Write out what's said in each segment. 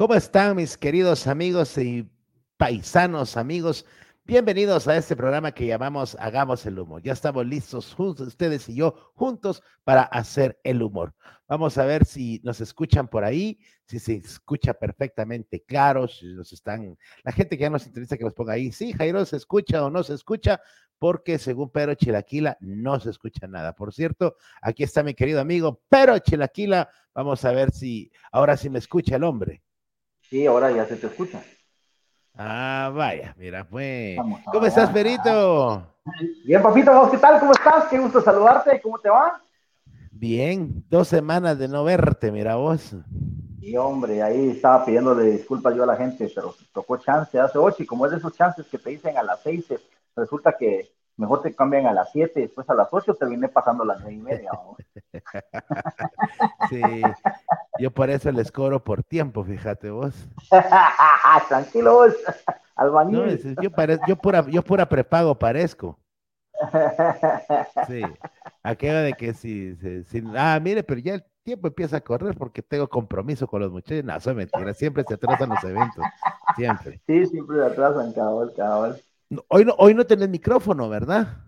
¿Cómo están mis queridos amigos y paisanos amigos? Bienvenidos a este programa que llamamos Hagamos el Humor. Ya estamos listos juntos, ustedes y yo, juntos para hacer el humor. Vamos a ver si nos escuchan por ahí, si se escucha perfectamente claro, si nos están, la gente que ya nos interesa que nos ponga ahí, sí, Jairo, ¿se escucha o no se escucha? Porque según Pedro Chilaquila no se escucha nada. Por cierto, aquí está mi querido amigo Pedro Chilaquila. Vamos a ver si ahora sí me escucha el hombre. Sí, ahora ya se te escucha. Ah, vaya, mira, pues. Vamos ¿Cómo estás, allá. Perito? Bien, papito, ¿vos qué tal? ¿Cómo estás? Qué gusto saludarte. ¿Cómo te va? Bien, 2 semanas de no verte, mira vos. Y hombre, ahí estaba pidiéndole disculpas yo a la gente, pero tocó chance hace 8 y como es de esos chances que te dicen a las 6, resulta que mejor te cambian a las 7, después a las 8 terminé pasando a las 9:30. ¿No? Sí, yo por eso les cobro por tiempo, fíjate vos. Tranquilos, No, albañil. yo pura prepago parezco. Sí, aquello de que mire, pero ya el tiempo empieza a correr porque tengo compromiso con los muchachos. No, eso es mentira, siempre se atrasan los eventos, siempre. Sí, siempre de atrás, cabal, cabal. No, hoy no tenés micrófono, ¿verdad?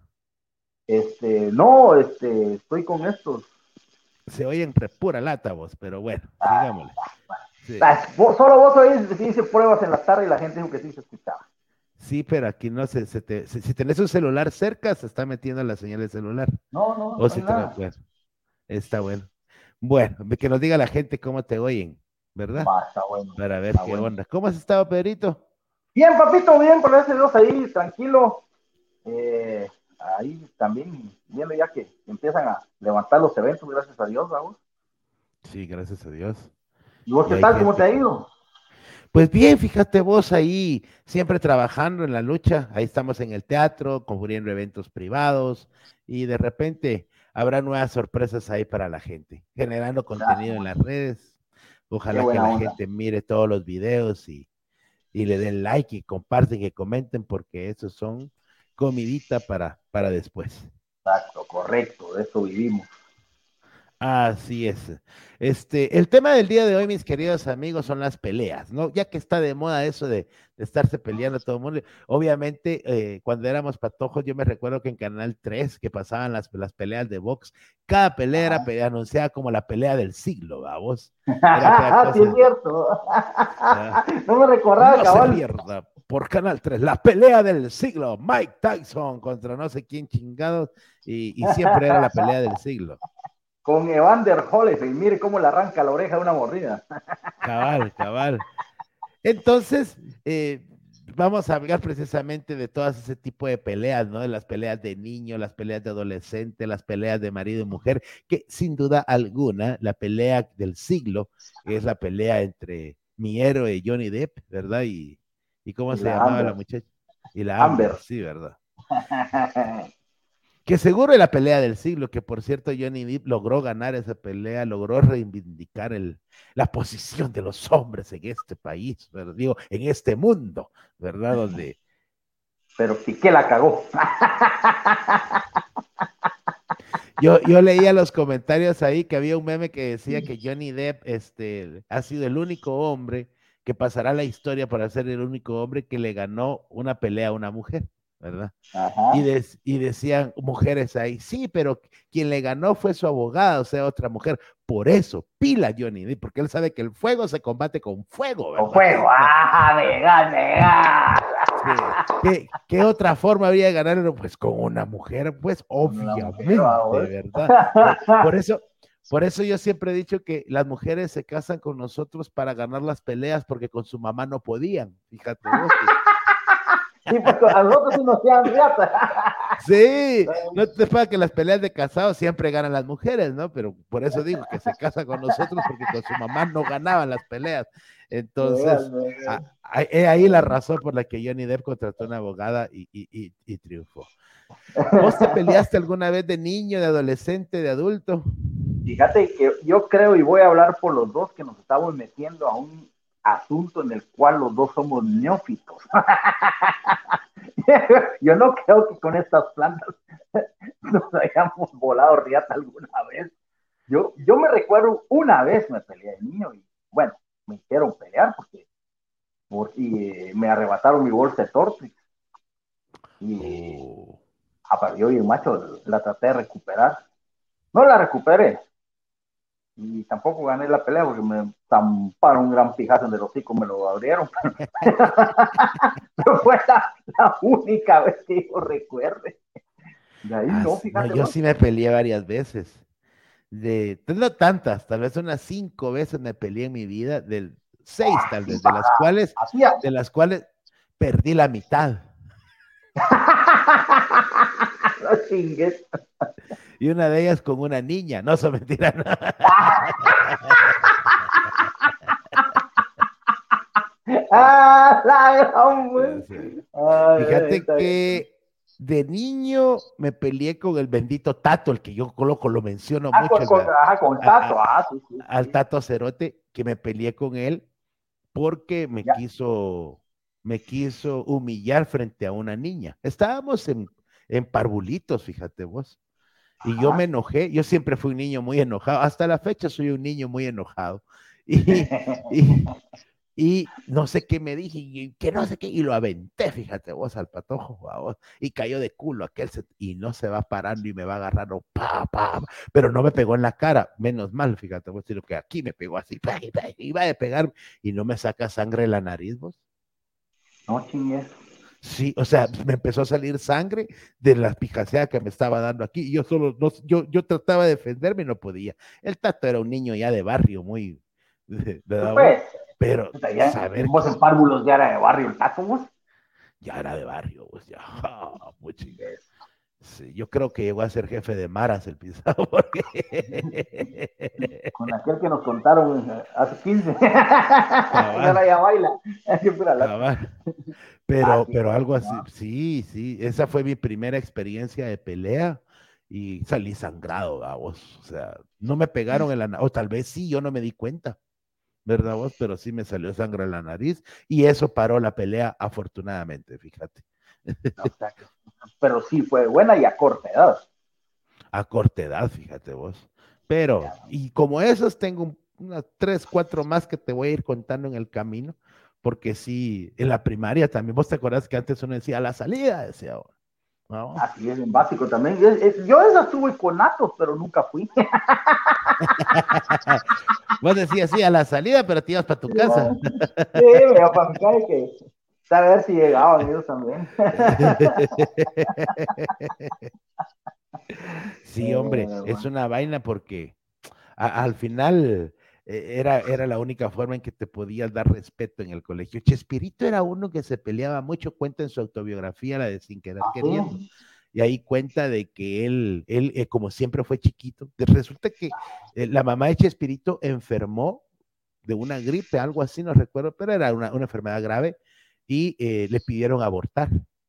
No, estoy con estos. Se oyen re pura lata vos, pero bueno, sigámosle. Sí, Solo vos oís, sí hice pruebas en la tarde y la gente dijo que sí se escuchaba. sí, pero aquí no si tenés un celular cerca, se está metiendo la señal del celular. No, no, O no hay si te lo, nada. bueno, está bueno. Bueno, que nos diga la gente cómo te oyen, ¿verdad? Va, está bueno, Para ver está qué bueno. onda. ¿Cómo has estado, Pedrito? Bien, papito, bien, por ese Dios ahí, tranquilo. Eh, Ahí también, viendo ya que empiezan a levantar los eventos, gracias a Dios, vamos. Sí, gracias a Dios. ¿Y vos qué Ya hay tal? ¿Cómo te gente ha que. ido? Pues bien, fíjate vos ahí, siempre trabajando en la lucha. Ahí estamos en el teatro, cubriendo eventos privados y de repente habrá nuevas sorpresas ahí para la gente, generando Ah, qué contenido en las bueno, redes. qué Ojalá que buena la onda. gente mire todos los videos y le den like y comparten y comenten porque esos son comidita para después. Exacto, correcto, de eso vivimos. Así es. El tema del día de hoy, mis queridos amigos, son las peleas, ¿no? Ya que está de moda eso de estarse peleando todo el mundo. Obviamente, cuando éramos patojos, yo me recuerdo que en Canal 3 que pasaban las peleas de box, cada pelea era Ajá. anunciada como la pelea del siglo, vamos. Era cada Sí, es cosa. cierto. ¿Ah? No me recordaba, No se cabal. pierda por Canal 3 la pelea del siglo, Mike Tyson contra no sé quién chingados, y siempre era la pelea del siglo. Con Evander Holyfield, mire cómo le arranca la oreja de una mordida. Cabal, cabal. Entonces, vamos a hablar precisamente de todas ese tipo de peleas, ¿no? De las peleas de niño, las peleas de adolescente, las peleas de marido y mujer, que sin duda alguna, la pelea del siglo es la pelea entre mi héroe Johnny Depp, ¿verdad? Y ¿cómo Y se la llamaba la Amber. muchacha? Y la Amber, Amber. sí, ¿verdad? Que seguro es la pelea del siglo, que por cierto Johnny Depp logró ganar esa pelea, logró reivindicar la posición de los hombres en este país, ¿verdad? Digo, en este mundo, ¿verdad? Donde Pero Piqué la cagó. yo leía los comentarios ahí que había un meme que decía que Johnny Depp ha sido el único hombre que pasará a la historia para ser el único hombre que le ganó una pelea a una mujer, ¿verdad? Ajá. Y decían mujeres ahí, sí, pero quien le ganó fue su abogada, o sea, otra mujer. Por eso, pila Johnny Depp, porque él sabe que el fuego se combate con fuego, Con ¿verdad? fuego. No, ¡Ah, vegan, vegan! sí. ¿Qué otra forma había de ganarlo? Pues con una mujer, pues Con la mujer, obviamente, vamos. ¿verdad? Por eso yo siempre he dicho que las mujeres se casan con nosotros para ganar las peleas porque con su mamá no podían. Fíjate vos. Sí, pues a nosotros sí nos quedan riatas. Sí, no te pasa que las peleas de casados siempre ganan las mujeres, ¿no? Pero por eso digo que se casa con nosotros porque con su mamá no ganaban las peleas. Vegan, Entonces, vegan. he ahí la razón por la que Johnny Depp contrató una abogada y triunfó. ¿Vos te peleaste alguna vez de niño, de adolescente, de adulto? Fíjate que yo creo, y voy a hablar por los dos, que nos estamos metiendo a un asunto en el cual los dos somos neófitos. Yo no creo que con estas plantas nos hayamos volado riata alguna vez. Yo me recuerdo una vez me peleé de niño y bueno, me hicieron pelear y me arrebataron mi bolsa de Tortrix. Y yo y el macho la traté de recuperar. No la recuperé. Y tampoco gané la pelea porque me zamparon un gran pijazo en el hocico, me lo abrieron. Pero fue la única vez que yo recuerde. De ahí no, fíjate. No, yo sí me peleé varias veces. No tantas, tal vez unas 5 veces me peleé en mi vida, 6 tal vez, de las cuales perdí la mitad. No chingues. Y una de ellas con una niña, no, eso mentira. No. Fíjate que de niño me peleé con el bendito Tato, el que yo lo menciono mucho. Con Tato, sí. Al Tato Cerote, que me peleé con él porque me quiso humillar frente a una niña. Estábamos en Parvulitos, fíjate vos. Y yo me enojé, yo siempre fui un niño muy enojado, hasta la fecha soy un niño muy enojado. Y no sé qué me dije, y que no sé qué, y lo aventé, fíjate vos, al patojo, vos, y cayó de culo y no se va parando y me va agarrando, pero no me pegó en la cara, menos mal, fíjate vos, sino que aquí me pegó así, iba a pegar, y no me saca sangre de la nariz, vos. No chingues. Sí, o sea, me empezó a salir sangre de la pijaseada que me estaba dando aquí, y yo trataba de defenderme y no podía. El Tato era un niño ya de barrio, muy, pues, pero saber vos en Párvulos ya era de barrio el Tato, vos. Ya era de barrio, pues ya, muy chingado. Sí, yo creo que llegó a ser jefe de maras el Pisado. Con aquel que nos contaron hace 15. Ahora ya baila. Pero algo así, sí, esa fue mi primera experiencia de pelea y salí sangrado, vos. O sea, no me pegaron en la o tal vez sí, yo no me di cuenta, ¿verdad vos? Pero sí me salió sangre en la nariz y eso paró la pelea afortunadamente, fíjate. Pero sí fue buena y a corta edad. A corta edad, fíjate vos. Pero, y como esos, tengo unas 3, 4 más que te voy a ir contando en el camino, porque sí, en la primaria también, vos te acordás que antes uno decía a la salida, decía ahora. ¿No? Así es, en básico también. Yo esa estuve con Atos, pero nunca fui. Vos decías sí a la salida, pero te ibas para tu casa. Sí, me iba para mi casa que saber si llegaban ellos también. Sí, hombre, es una vaina porque al final era la única forma en que te podías dar respeto en el colegio. Chespirito era uno que se peleaba mucho, cuenta en su autobiografía, la de Sin Querer Queriendo, y ahí cuenta de que él como siempre fue chiquito, resulta que la mamá de Chespirito enfermó de una gripe, algo así, no recuerdo, pero era una enfermedad grave, y le pidieron abortar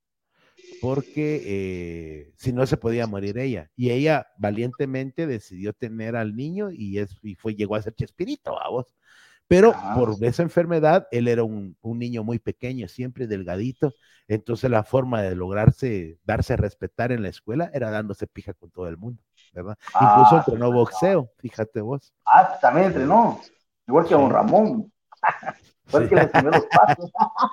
porque si no se podía morir ella. Y ella valientemente decidió tener al niño y llegó a ser Chespirito, vamos. Pero por esa enfermedad, él era un niño muy pequeño, siempre delgadito. Entonces la forma de darse a respetar en la escuela era dándose pija con todo el mundo, ¿verdad? Incluso entrenó boxeo, fíjate vos. También entrenó, igual que don Ramón. Fue el que le enseñó los pasos.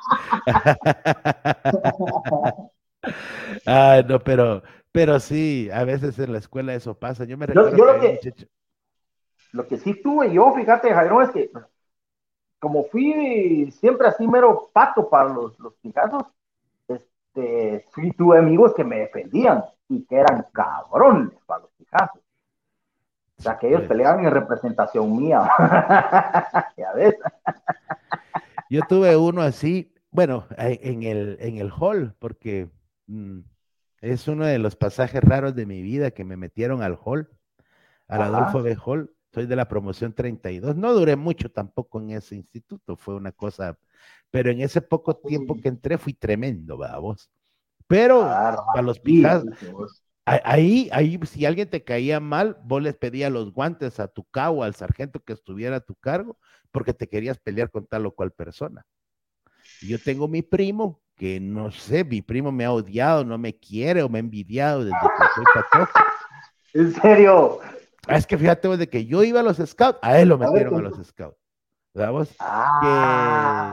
No, pero sí, a veces en la escuela eso pasa. Yo me recuerdo lo que sí tuve yo, fíjate, Jairo, es que como fui siempre así mero pato para los picazos, sí tuve amigos que me defendían y que eran cabrones para los picazos. O sea, que ellos peleaban en representación mía. Ya ves. Yo tuve uno así, bueno, en el hall, porque es uno de los pasajes raros de mi vida que me metieron al hall, al Adolfo B. Hall. Soy de la promoción 32. No duré mucho tampoco en ese instituto, fue una cosa, pero en ese poco tiempo que entré fui tremendo, vos. Pero para los pijados, ahí, si alguien te caía mal, vos les pedías los guantes a tu cabo, al sargento que estuviera a tu cargo, porque te querías pelear con tal o cual persona. Y yo tengo mi primo, que no sé, mi primo me ha odiado, no me quiere o me ha envidiado desde que soy patojo. ¿En serio? Es que fíjate vos, de que yo iba a los scouts, a él lo metieron a los scouts. ¿Sabes?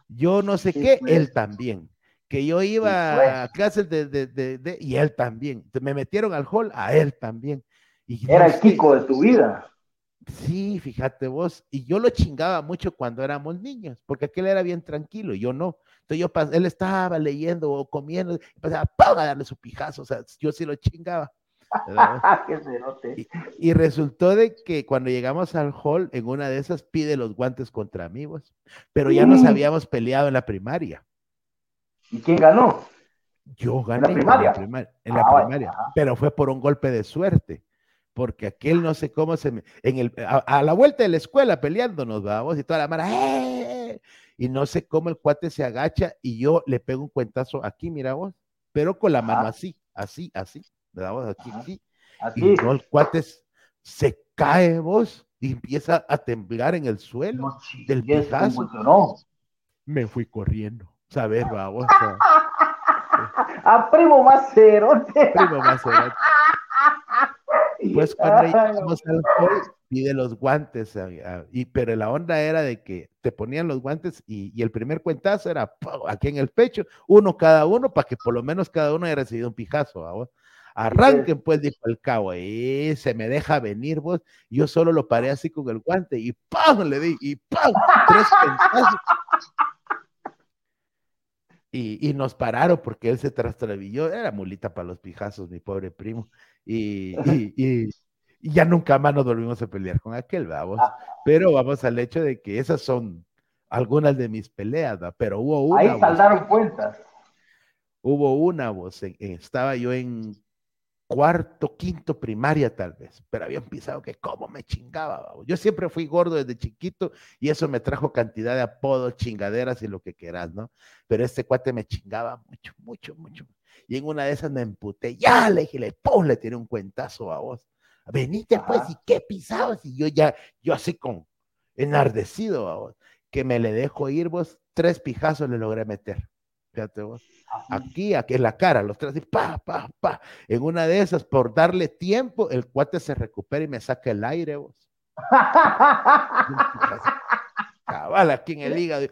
Yo no sé Sí, qué, pues, él también. Que yo sí, pues. iba a clases y él también. Me metieron al hall, a él también. Y Era no el sé, Kiko de tu vida. sí, fíjate vos. Y yo lo chingaba mucho cuando éramos niños, porque aquel era bien tranquilo y yo no. Entonces él estaba leyendo o comiendo, y empezaba ¡pam! A darle su pijazo. O sea, yo sí lo chingaba, ¿verdad vos? Qué cerote. Y resultó de que cuando llegamos al hall, en una de esas pide los guantes contra amigos, pero ya nos habíamos peleado en la primaria. ¿Y quién ganó? Yo ¿En la gané primaria? en la Ah, vaya. primaria, pero fue por un golpe de suerte, porque aquel no sé cómo a la vuelta de la escuela peleándonos, vamos, y toda la mara, ¡eh! Y no sé cómo el cuate se agacha y yo le pego un cuentazo aquí, mira vos, pero con la mano Ajá, así, así, así, ¿verdad vos? Aquí, ajá. aquí, y Así. no, el cuate se cae vos y empieza a temblar en el suelo No del chingues, se pijazo. convulsionó. Me fui corriendo, saber, vamos, A primo más cerote. primo más era. Pues cuando Ay, llegamos al hall, pide los guantes, pero la onda era de que te ponían los guantes y el primer cuentazo era ¡pum! Aquí en el pecho, uno cada uno, para que por lo menos cada uno haya recibido un pijazo, ¿va? sí, pues. Arranquen, pues, dijo el cabo, y se me deja venir vos, yo solo lo paré así con el guante y ¡pam! Le di, y ¡pam! Tres cuentazos, y nos pararon porque él se trastrabilló, era mulita para los pijazos, mi pobre primo, y, y, y, y ya nunca más nos volvimos a pelear con aquel, vamos, Ah, pero vamos al hecho de que esas son algunas de mis peleas, ¿va? Pero ahí saldaron cuentas. hubo una voz, estaba yo en cuarto, quinto primaria tal vez, pero habían pisado que cómo me chingaba, babo. Yo siempre fui gordo desde chiquito y eso me trajo cantidad de apodos, chingaderas y lo que quieras, ¿no? Pero este cuate me chingaba mucho, mucho, mucho. Y en una de esas me emputé, ya le dije, ¡pum! Le tiré un cuentazo a vos. Venite pues, ¿y Ajá. qué pisabas? Y yo así con enardecido, vos, que me le dejo ir vos, 3 pijazos le logré meter. Fíjate vos. Aquí en la cara, los tres, y pa, pa, pa. En una de esas, por darle tiempo, el cuate se recupera y me saca el aire, vos. Cabal, aquí en el hígado.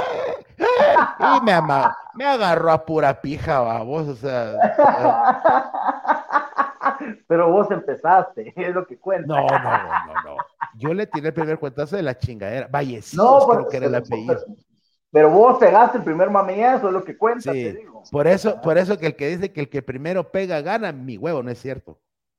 Y me agarró a pura pija, vos, o sea. Pero vos empezaste, es lo que cuenta. No, no, no, no. Yo le tiré el primer cuentazo de la chingadera. No, Vallecidos, creo que pues, era el apellido. pero vos pegaste el primer mamillazo, es lo que cuenta, te Sí, digo. por eso que el que dice que el que primero pega gana, mi huevo, no es cierto.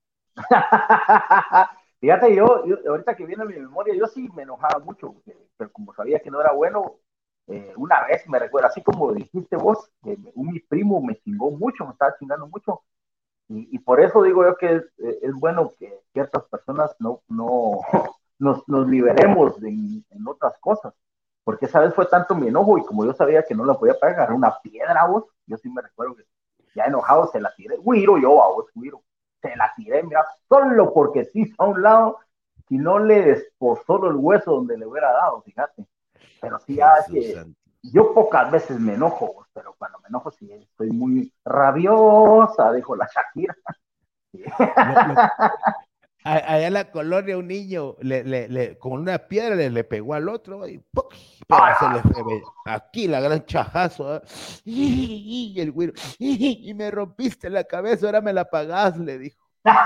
Fíjate, ahorita que viene a mi memoria, yo sí me enojaba mucho, pero como sabía que no era bueno, una vez me recuerdo, así como dijiste vos, mi primo me chingó mucho, me estaba chingando mucho, y por eso digo yo que es bueno que ciertas personas no nos liberemos en otras cosas, porque esa vez fue tanto mi enojo, y como yo sabía que no la podía pegar, una piedra a vos, yo sí me recuerdo que ya enojado se la tiré, Wiro yo a vos, Wiro se la tiré, mira, solo porque sí a un lado, si no le desposó el hueso donde le hubiera dado, fíjate. Pero sí, ya Jesús que santo. yo pocas veces me enojo, pero cuando me enojo sí estoy muy rabiosa, dijo la Shakira. Sí. Lo, allá en la colonia un niño con una piedra le pegó al otro y ¡pum! Pero se le fue aquí la gran chajazo. Y el güiro, y me rompiste la cabeza, ahora me la pagás, le dijo.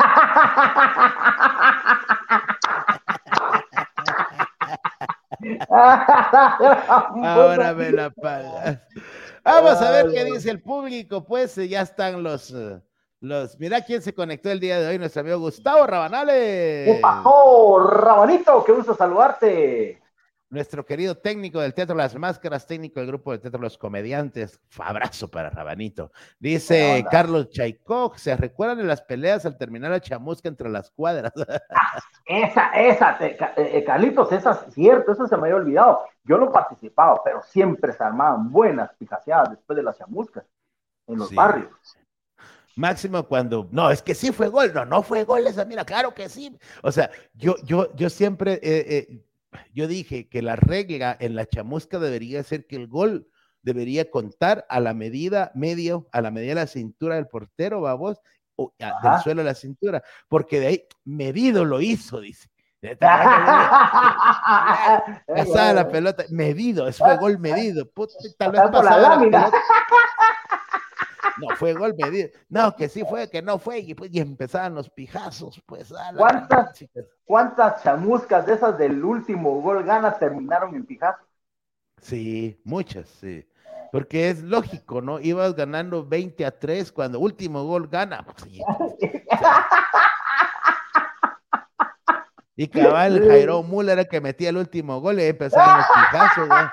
Ahora me la pagas. Vamos a ver qué dice el público, pues ya están mira quién se conectó el día de hoy, nuestro amigo Gustavo ¿Qué Rabanales. pasó, Rabanito? Qué gusto saludarte. Nuestro querido técnico del Teatro Las Máscaras, técnico del grupo del Teatro Los Comediantes. Abrazo para Rabanito. Buena Dice onda. Carlos Chaicó, ¿se recuerdan de las peleas al terminar la chamusca entre las cuadras? Carlitos, esa es cierto, eso se me había olvidado. Yo no participaba, pero siempre se armaban buenas picaseadas después de las chamuscas en los Sí. barrios. Máximo cuando, no, es que sí fue gol, no, no fue gol esa, mira, claro que sí. O sea, yo siempre, yo dije que la regla en la chamusca debería ser que el gol debería contar a la medida a la medida de la cintura del portero, babos, del Ajá. suelo a la cintura, porque de ahí medido lo hizo, dice. Pasaba la pelota, medido, eso fue gol medido. Puta, tal vez por la pasaba la lámina. pelota. No, fue gol medido. No, que sí fue, que no fue. Y empezaban los pijazos, pues. ¿Cuántas chamuscas de esas del último gol gana terminaron en pijazo? Sí, muchas, sí. Porque es lógico, ¿no? Ibas ganando 20-3 cuando último gol gana. Pues, o sea, y cabal, Jairo Müller era el que metía el último gol y ahí empezaban los pijazos, ¿no?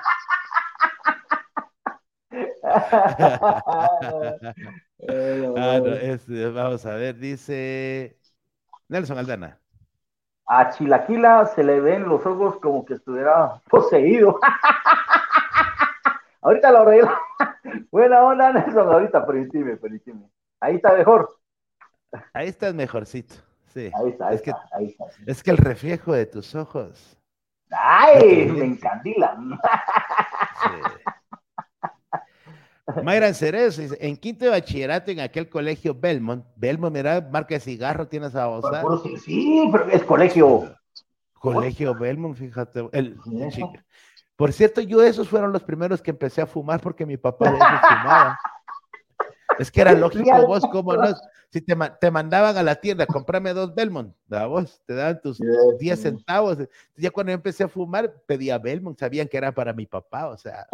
No, vamos a ver, dice Nelson Aldana. A Chilaquila se le ven los ojos como que estuviera poseído. Ahorita lo arreglo. Buena onda, Nelson, ahorita, permíteme. Ahí está mejor. Ahí estás mejorcito, sí. Ahí está. Es que el reflejo de tus ojos. ¡Ay! Me encandilan. Sí. Mayra Cerezo dice, en quinto de bachillerato en aquel colegio Belmont, mira, marca de cigarro, tienes a babosar. Sí, pero es colegio. Colegio Belmont, fíjate. Por cierto, yo esos fueron los primeros que empecé a fumar porque mi papá de esos fumaba. Es que era lógico, vos, ¿cómo no? Si te mandaban a la tienda, comprame 2 Belmont, vos, te daban tus 10 centavos. Ya cuando yo empecé a fumar, pedía Belmont, sabían que era para mi papá, o sea.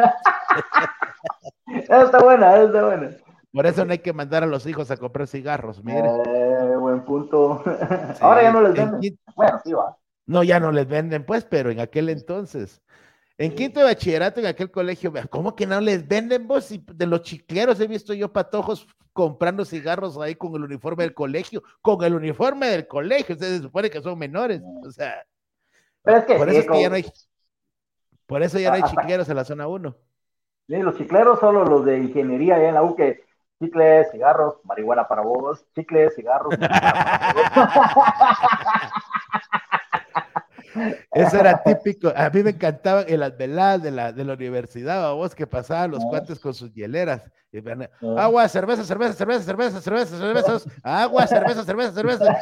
Está buena. Por eso no hay que mandar a los hijos a comprar cigarros, mire. Buen punto. Sí, ahora ya no les venden. Bueno, sí va. No, ya no les venden, pues, pero en aquel entonces. En quinto de bachillerato, en aquel colegio, ¿cómo que no les venden vos? De los chicleros he visto yo patojos comprando cigarros ahí con el uniforme del colegio, ustedes se supone que son menores, o sea, pero es que, por eso es que ya no hay, por eso ya no hay chicleros en la zona 1. Sí, los chicleros solo los de ingeniería allá en la U, que chicles, cigarros, marihuana para vos, chicles, cigarros, marihuana para vos. Eso era típico. A mí me encantaban en las veladas de la universidad, vos, que pasaban los cuates con sus hieleras. Agua, cerveza, agua, cerveza.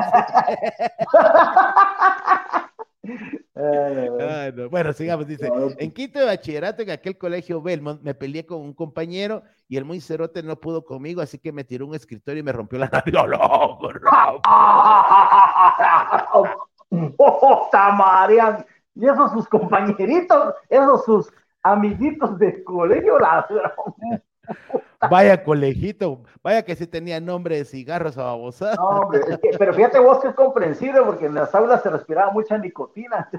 No. Bueno, sigamos, dice, en quinto de bachillerato en aquel colegio Belmont me peleé con un compañero y el muy cerote no pudo conmigo, así que me tiró un escritorio y me rompió la nariz. Tamarian. Y esos sus compañeritos, esos sus amiguitos de colegio, ladrón. Vaya colegito, vaya que sí tenía nombre de cigarros o babosada. No, hombre, pero fíjate vos que es comprensible porque en las aulas se respiraba mucha nicotina.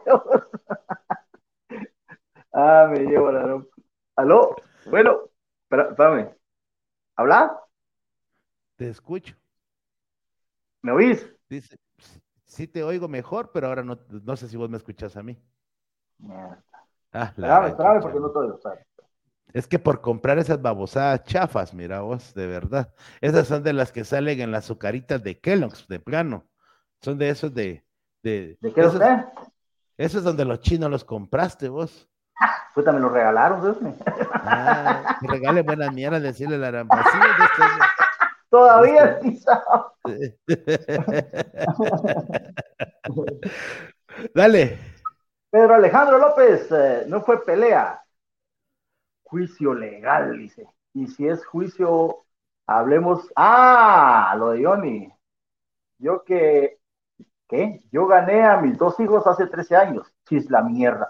Me llevo la... ¿Aló? Bueno, espérame. ¿Habla? Te escucho. ¿Me oís? Dice, sí te oigo mejor, pero ahora no sé si vos me escuchas a mí. Mierda. Espérame, porque no te oigo. Es que por comprar esas babosadas chafas, mira vos, de verdad. Esas son de las que salen en las azucaritas de Kellogg's, de plano. Son de esos ¿De qué esos, usted? Esos donde los chinos los compraste vos. Puta, me los regalaron, ¿sí? Que regale buenas mierdas, decirle la arambacía. Todavía sí. Dale. Pedro Alejandro López, no fue pelea. Juicio legal, dice. Y si es juicio, hablemos. Lo de Johnny. ¿Qué? Yo gané a mis 2 hijos hace 13 años. Chis la mierda.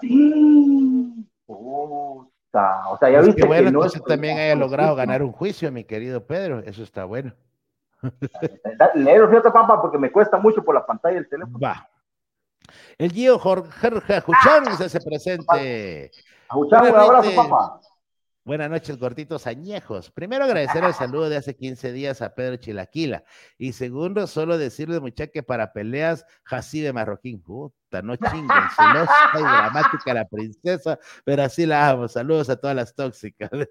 Puta. O sea, ya viste bueno, que no que es. usted también haya logrado ganar un juicio, mi querido Pedro. Eso está bueno. Leer, fíjate, papá, porque me cuesta mucho por la pantalla del teléfono. Va. El Gio Jorge Ajuchán se hace presente. Ajuchán, un abrazo, papá. Buenas noches, gorditos añejos. Primero, agradecer el saludo de hace 15 días a Pedro Chilaquila. Y segundo, solo decirles, muchachos, que para peleas, Jacibe Marroquín. Puta, no chinguen, celosa y dramática la princesa, pero así la amo. Saludos a todas las tóxicas. O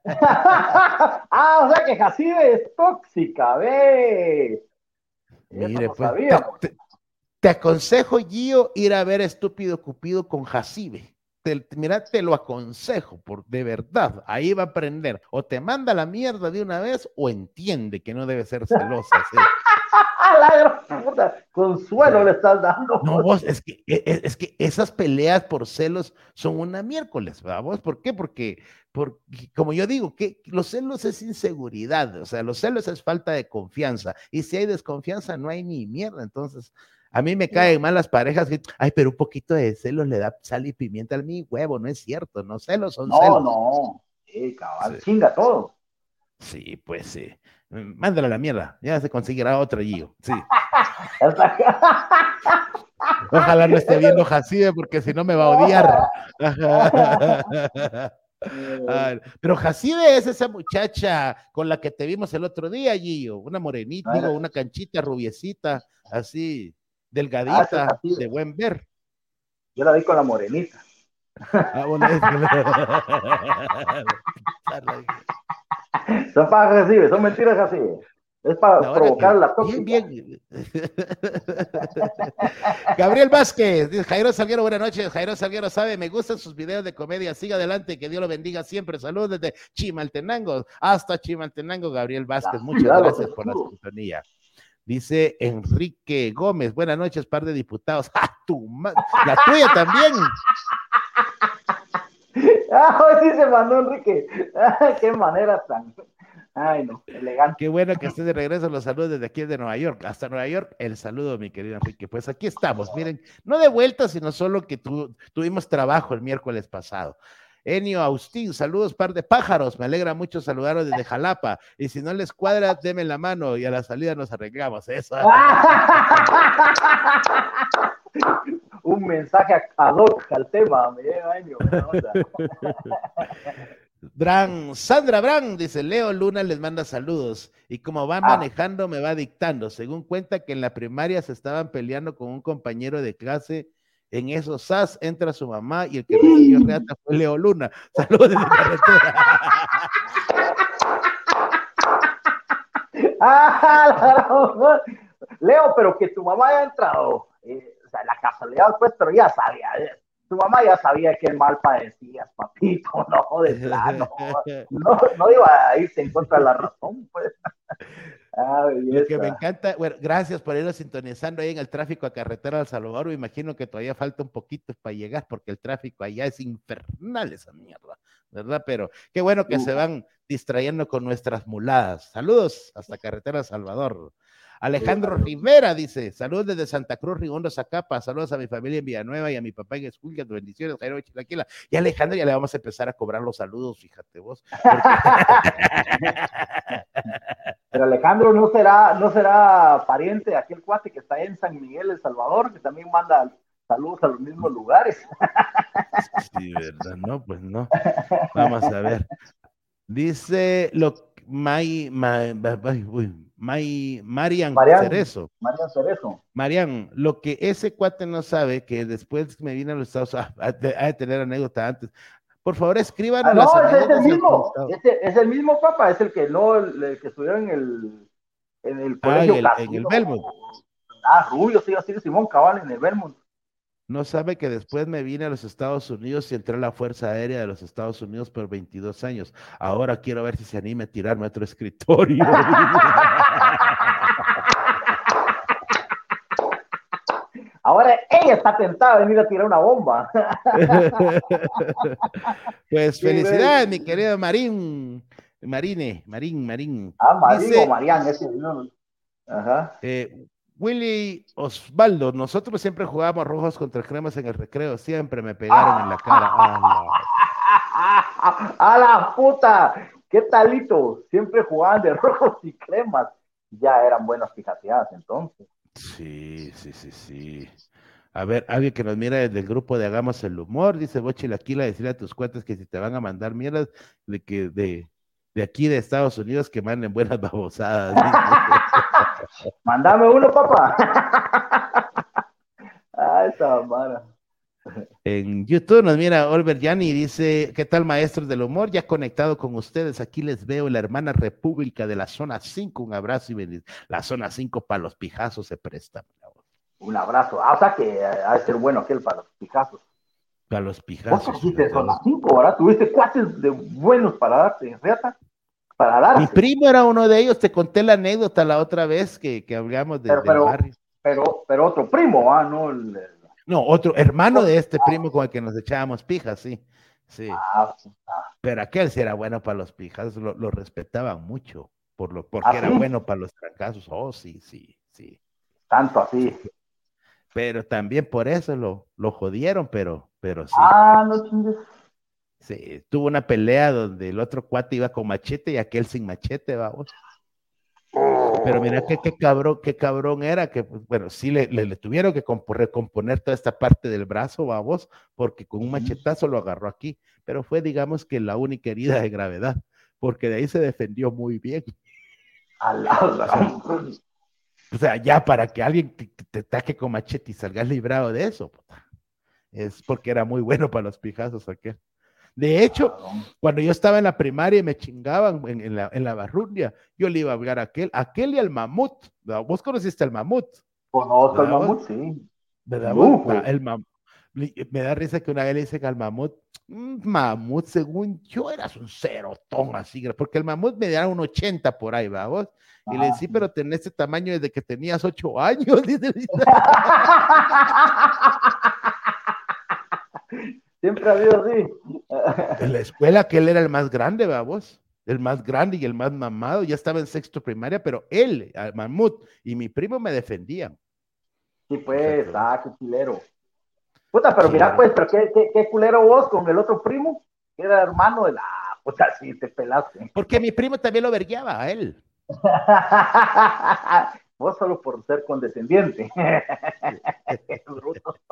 sea que Jacibe es tóxica, ve. Mire, pues, te aconsejo, Gio, ir a ver Estúpido Cupido con Jacibe. mira, te lo aconsejo, de verdad, ahí va a aprender. O te manda la mierda de una vez o entiende que no debe ser celosa. ¿Sí? La gran puta, consuelo le estás dando. No, vos, es que esas peleas por celos son una miércoles, ¿verdad? ¿Vos? ¿Por qué? Porque, como yo digo, que los celos es inseguridad, o sea, los celos es falta de confianza, y si hay desconfianza no hay ni mierda, entonces, a mí me caen mal las parejas que, ay, pero un poquito de celos le da sal y pimienta al mi huevo, no es cierto, no, celos son celos. No, cabal, Sí. chinga todo. Sí, pues sí. Mándala a la mierda, ya se conseguirá otro Gio, sí. Ojalá no esté viendo Jacibe porque si no me va a odiar. Pero Jacibe es esa muchacha con la que te vimos el otro día, Gio, una morenita, digo, una canchita rubiecita, así, delgadita, de buen ver. Yo la vi con la morenita. Bueno, es que... Son para Jacibe, son mentiras Jacibe. Es para provocar la tóxica. Bien. Gabriel Vázquez, dice Jairo Salguero, buenas noches. Jairo Salguero sabe, me gustan sus videos de comedia. Siga adelante, que Dios lo bendiga siempre. Saludos desde Chimaltenango hasta Chimaltenango, Gabriel Vázquez. Muchas gracias por la sintonía. Dice Enrique Gómez, buenas noches, par de diputados. ¡Ah, la tuya también! Hoy sí se mandó Enrique. Qué manera tan... Ay, no, elegante. Qué bueno que esté de regreso. Los saludos desde aquí de Nueva York. Hasta Nueva York, el saludo, mi querido Enrique. Pues aquí estamos, miren, no de vuelta, sino solo que tuvimos trabajo el miércoles pasado. Enio Austín, saludos, par de pájaros. Me alegra mucho saludaros desde Jalapa. Y si no les cuadra, denme la mano y a la salida nos arreglamos. Eso. Un mensaje ad hoc al tema, Enio. Sandra Bran dice, Leo Luna les manda saludos y como va manejando me va dictando, según cuenta que en la primaria se estaban peleando con un compañero de clase, en esos SAS entra su mamá y el que recibió reata fue Leo Luna. Saludos desde carretera. Leo, pero que tu mamá haya entrado, o sea, la casualidad pues, pero ya sabía, tu mamá ya sabía que mal padecías, papito, no, de plano, no iba a irse en contra de la razón, pues. Lo que me encanta, bueno, gracias por irnos sintonizando ahí en el tráfico a carretera El Salvador. Me imagino que todavía falta un poquito para llegar porque el tráfico allá es infernal esa mierda, ¿verdad? Pero qué bueno que se van distrayendo con nuestras muladas. Saludos hasta carretera El Salvador. Alejandro Rivera dice, saludos desde Santa Cruz, Rigondo, Zacapa, saludos a mi familia en Villanueva y a mi papá en Escuillas, bendiciones, Jairo Chilaquila. Y Alejandro ya le vamos a empezar a cobrar los saludos, fíjate vos. Porque... Pero Alejandro no será pariente de aquel cuate que está en San Miguel, El Salvador, que también manda saludos a los mismos lugares. Sí, ¿verdad? No, pues no. Vamos a ver. Dice Marian Cerezo. Marian Cerezo. Marian, lo que ese cuate no sabe, que después me vine a los Estados Unidos, ha de tener anécdota antes. Por favor, escríbanos. No, es el mismo. Es el mismo papá, es el que que estudió en el colegio en el Belmont. Rubio, sí, así de Simón Cabal en el Belmont. No sabe que después me vine a los Estados Unidos y entré a la Fuerza Aérea de los Estados Unidos por 22 años. Ahora quiero ver si se anima a tirarme a otro escritorio. Ahora ella está tentada de venir a tirar una bomba. Pues felicidades, mi querido Marín. Marín. Marín o Marián, ese. Ajá. Willy Osvaldo, nosotros siempre jugábamos rojos contra cremas en el recreo, siempre me pegaron en la cara. ¡A la puta! ¿Qué talito? Siempre jugaban de rojos y cremas. Ya eran buenas pijateadas entonces. Sí. A ver, alguien que nos mira desde el grupo de Hagamos el Humor, dice Bochi Laquila, decirle a tus cuates que si te van a mandar mierdas, de aquí de Estados Unidos, que manden buenas babosadas. Mándame uno, papá. Esa mara. En YouTube nos mira Oliver Yanni y dice, ¿qué tal maestros del humor? Ya conectado con ustedes, aquí les veo la hermana República de la zona 5, un abrazo y bendiciones. La zona 5 para los pijazos se presta. Un abrazo. O sea que ha de ser bueno aquel para los pijazos. A los Vos pijazos, trajiste fíjate son las vos. 5, ¿verdad? Tuviste cuates de buenos para darte, reata, para Mi darse. primo era uno de ellos, te conté la anécdota la otra vez que hablamos Pero, del pero, barrio. pero otro primo, ¿ah? No No, otro hermano de este primo con el que nos echábamos pijas, sí, sí. sí. Pero aquel sí era bueno para los pijas, lo respetaban mucho, porque era Sí, bueno para los trancazos. Oh, sí, sí, sí, tanto así. sí. Pero también por eso lo jodieron, pero sí. No chingues. Sí, tuvo una pelea donde el otro cuate iba con machete y aquel sin machete, vamos. Pero mira qué cabrón era, que pues, bueno, sí le tuvieron que recomponer toda esta parte del brazo, vamos, porque con un machetazo lo agarró aquí, pero fue, digamos, que la única herida de gravedad, porque de ahí se defendió muy bien. A la O sea, gran- ya para que alguien te ataque con machete y salgas librado de eso, puta, es porque era muy bueno para los pijazos aquel. De hecho, cuando yo estaba en la primaria y me chingaban en la barrundia, yo le iba a hablar a aquel y al mamut. ¿Verdad? Vos conociste al mamut, Conozco al ¿verdad vos? mamut, sí. ¿Verdad vos? Lujo. Me da risa que una vez le dicen al mamut, mamut, según yo eras un cerotón así, porque el mamut me da un 80 por ahí, ¿verdad vos? Y le decía, pero tenés este tamaño desde que tenías 8 años. Siempre ha habido así. En la escuela que él era el más grande, vamos, el más grande y el más mamado, ya estaba en sexto primaria, pero él, al mamut y mi primo me defendían. Sí, pues, Fíjate vos. qué culero. Puta, pero mira, Chilero. pues, pero qué culero vos con el otro primo, que era hermano de la. Puta, sí, te pelaste. Porque mi primo también lo verguiaba a él. Vos solo por ser condescendiente. Bruto.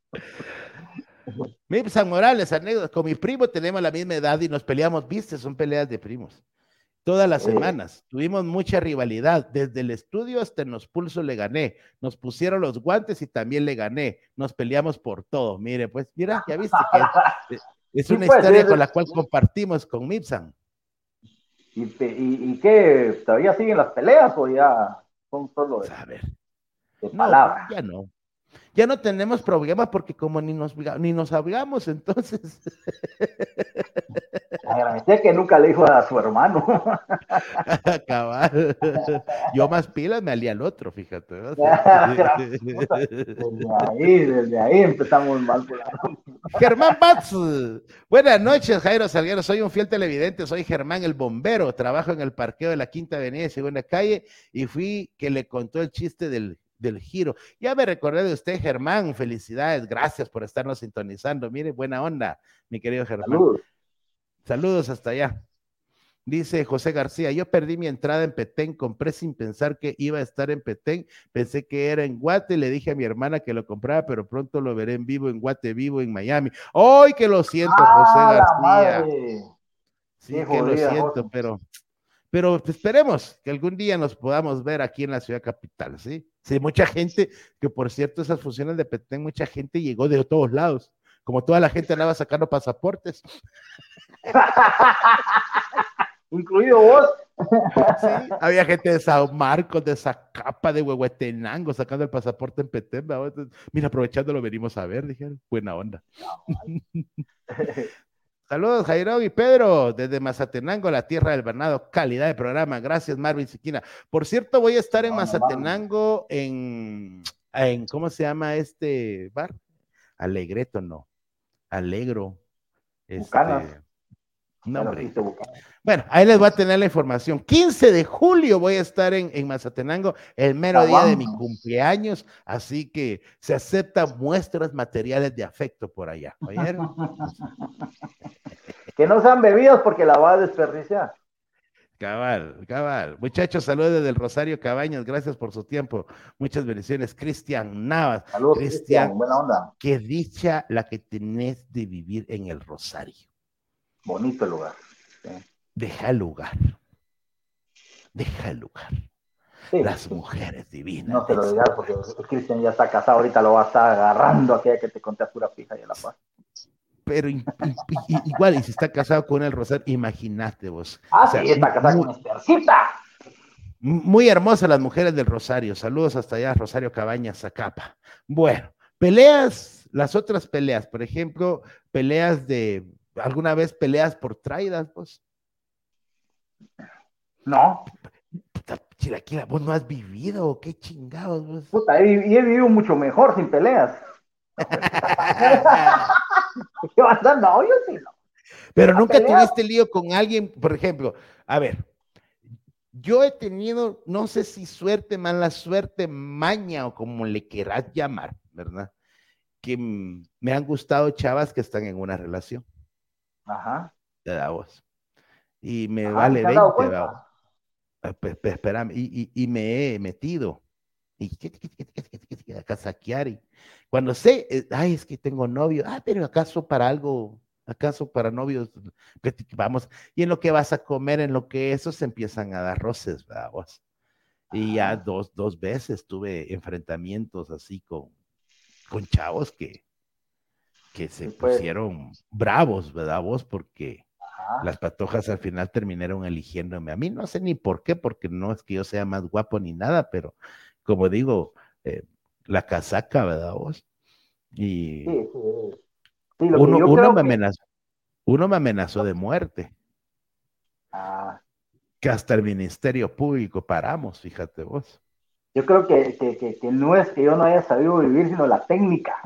San Morales, anécdota, con mi primo tenemos la misma edad y nos peleamos, viste, son peleas de primos. Todas las semanas. Tuvimos mucha rivalidad. Desde el estudio hasta en los pulsos le gané. Nos pusieron los guantes y también le gané. Nos peleamos por todo. Mire, pues, mira, ya viste que es Sí, una pues, historia con la cual compartimos con Mipsan. ¿Y qué? ¿Todavía siguen las peleas o ya son solo A ver, de no, pues palabra? ya no. Ya no tenemos problemas porque como ni nos hablamos, entonces. Agradecer que nunca le dijo a su hermano. Cabal. Yo más pilas me alía al otro, fíjate. ¿No? Desde ahí empezamos mal. Germán Batz. Buenas noches, Jairo Salguero. Soy un fiel televidente. Soy Germán el bombero. Trabajo en el parqueo de la Quinta Avenida y Segunda Calle y fui que le contó el chiste del giro. Ya me recordé de usted, Germán. Felicidades. Gracias por estarnos sintonizando. Mire, buena onda, mi querido Germán. Saludos. Saludos hasta allá. Dice José García, yo perdí mi entrada en Petén, compré sin pensar que iba a estar en Petén, pensé que era en Guate, le dije a mi hermana que lo comprara, pero pronto lo veré en vivo en Guate, vivo en Miami. ¡Ay, que lo siento, José La García! madre! Sí, Qué que lo jodida, siento, José. pero esperemos que algún día nos podamos ver aquí en la ciudad capital, ¿sí? Sí, mucha gente, que por cierto, esas funciones de Petén, mucha gente llegó de todos lados, como toda la gente andaba sacando pasaportes. Incluido vos. Sí, había gente de San Marcos, de Zacapa, de Huehuetenango, sacando el pasaporte en Petén. Mira, aprovechándolo, venimos a ver, dijeron, buena onda. Saludos, Jairo y Pedro, desde Mazatenango, la tierra del Bernardo. Calidad de programa. Gracias, Marvin Siquina. Por cierto, voy a estar en Mazatenango ¿cómo se llama este bar? Alegreto, no. Alegro. Bucanas. No, Bueno, hombre. sí, Bucanas. Bueno, ahí les voy a tener la información. 15 de julio voy a estar en Mazatenango, el mero día de mi cumpleaños, así que se aceptan muestras materiales de afecto por allá. ¿Oyeron? Que no sean bebidas porque la va a desperdiciar. Cabal, cabal. Muchachos, saludos desde el Rosario Cabañas, gracias por su tiempo. Muchas bendiciones. Cristian Navas. Saludos, Cristian, Cristian, buena onda. qué dicha la que tenés de vivir en el Rosario. Bonito el lugar. Sí. Deja el lugar. Deja el lugar. Sí, las mujeres divinas. No te lo digas porque Cristian ya está casado, ahorita lo va a estar agarrando aquella que te conté a pura fija y a la paz. Pero igual, y si está casado con el Rosario, imagínate vos. Sí, está casado con Estercita. Muy hermosas las mujeres del Rosario. Saludos hasta allá, Rosario Cabañas, Zacapa. Bueno, peleas las otras peleas, por ejemplo, ¿alguna vez peleas por traidas, pues? No, Puta, Chilaquila, vos no has vivido, qué chingados, vos. puta, he vivido mucho mejor sin peleas. No, hombre, puta, ¿qué vas a hacer? No, yo sí, no. Pero A nunca pelear, tuviste lío con alguien, por ejemplo, a ver, yo he tenido, no sé si suerte, mala suerte, maña o como le querás llamar, ¿verdad? Que me han gustado chavas que están en una relación, ajá, ¿verdad vos? Y me ajá, vale ¿se han dado 20, ¿verdad? cuenta? Espérame, y me he metido. Y a casaquear. Y cuando sé, ay, es que tengo novio, pero acaso para algo, acaso para novios, vamos, y en lo que vas a comer, en lo que eso se empiezan a dar roces, ¿verdad? Vos? Y ya Ajá, dos veces tuve enfrentamientos así con chavos que se sí, pues, pusieron bravos, ¿verdad? Vos, porque ajá, las patojas al final terminaron eligiéndome. A mí no sé ni por qué, porque no es que yo sea más guapo ni nada, pero como digo, la casaca, ¿verdad vos? sí, Y sí, sí, lo que yo uno creo me que, amenazó, uno me amenazó de muerte, ah, que hasta el Ministerio Público paramos, fíjate vos. yo creo que no es que yo no haya sabido vivir, sino la técnica.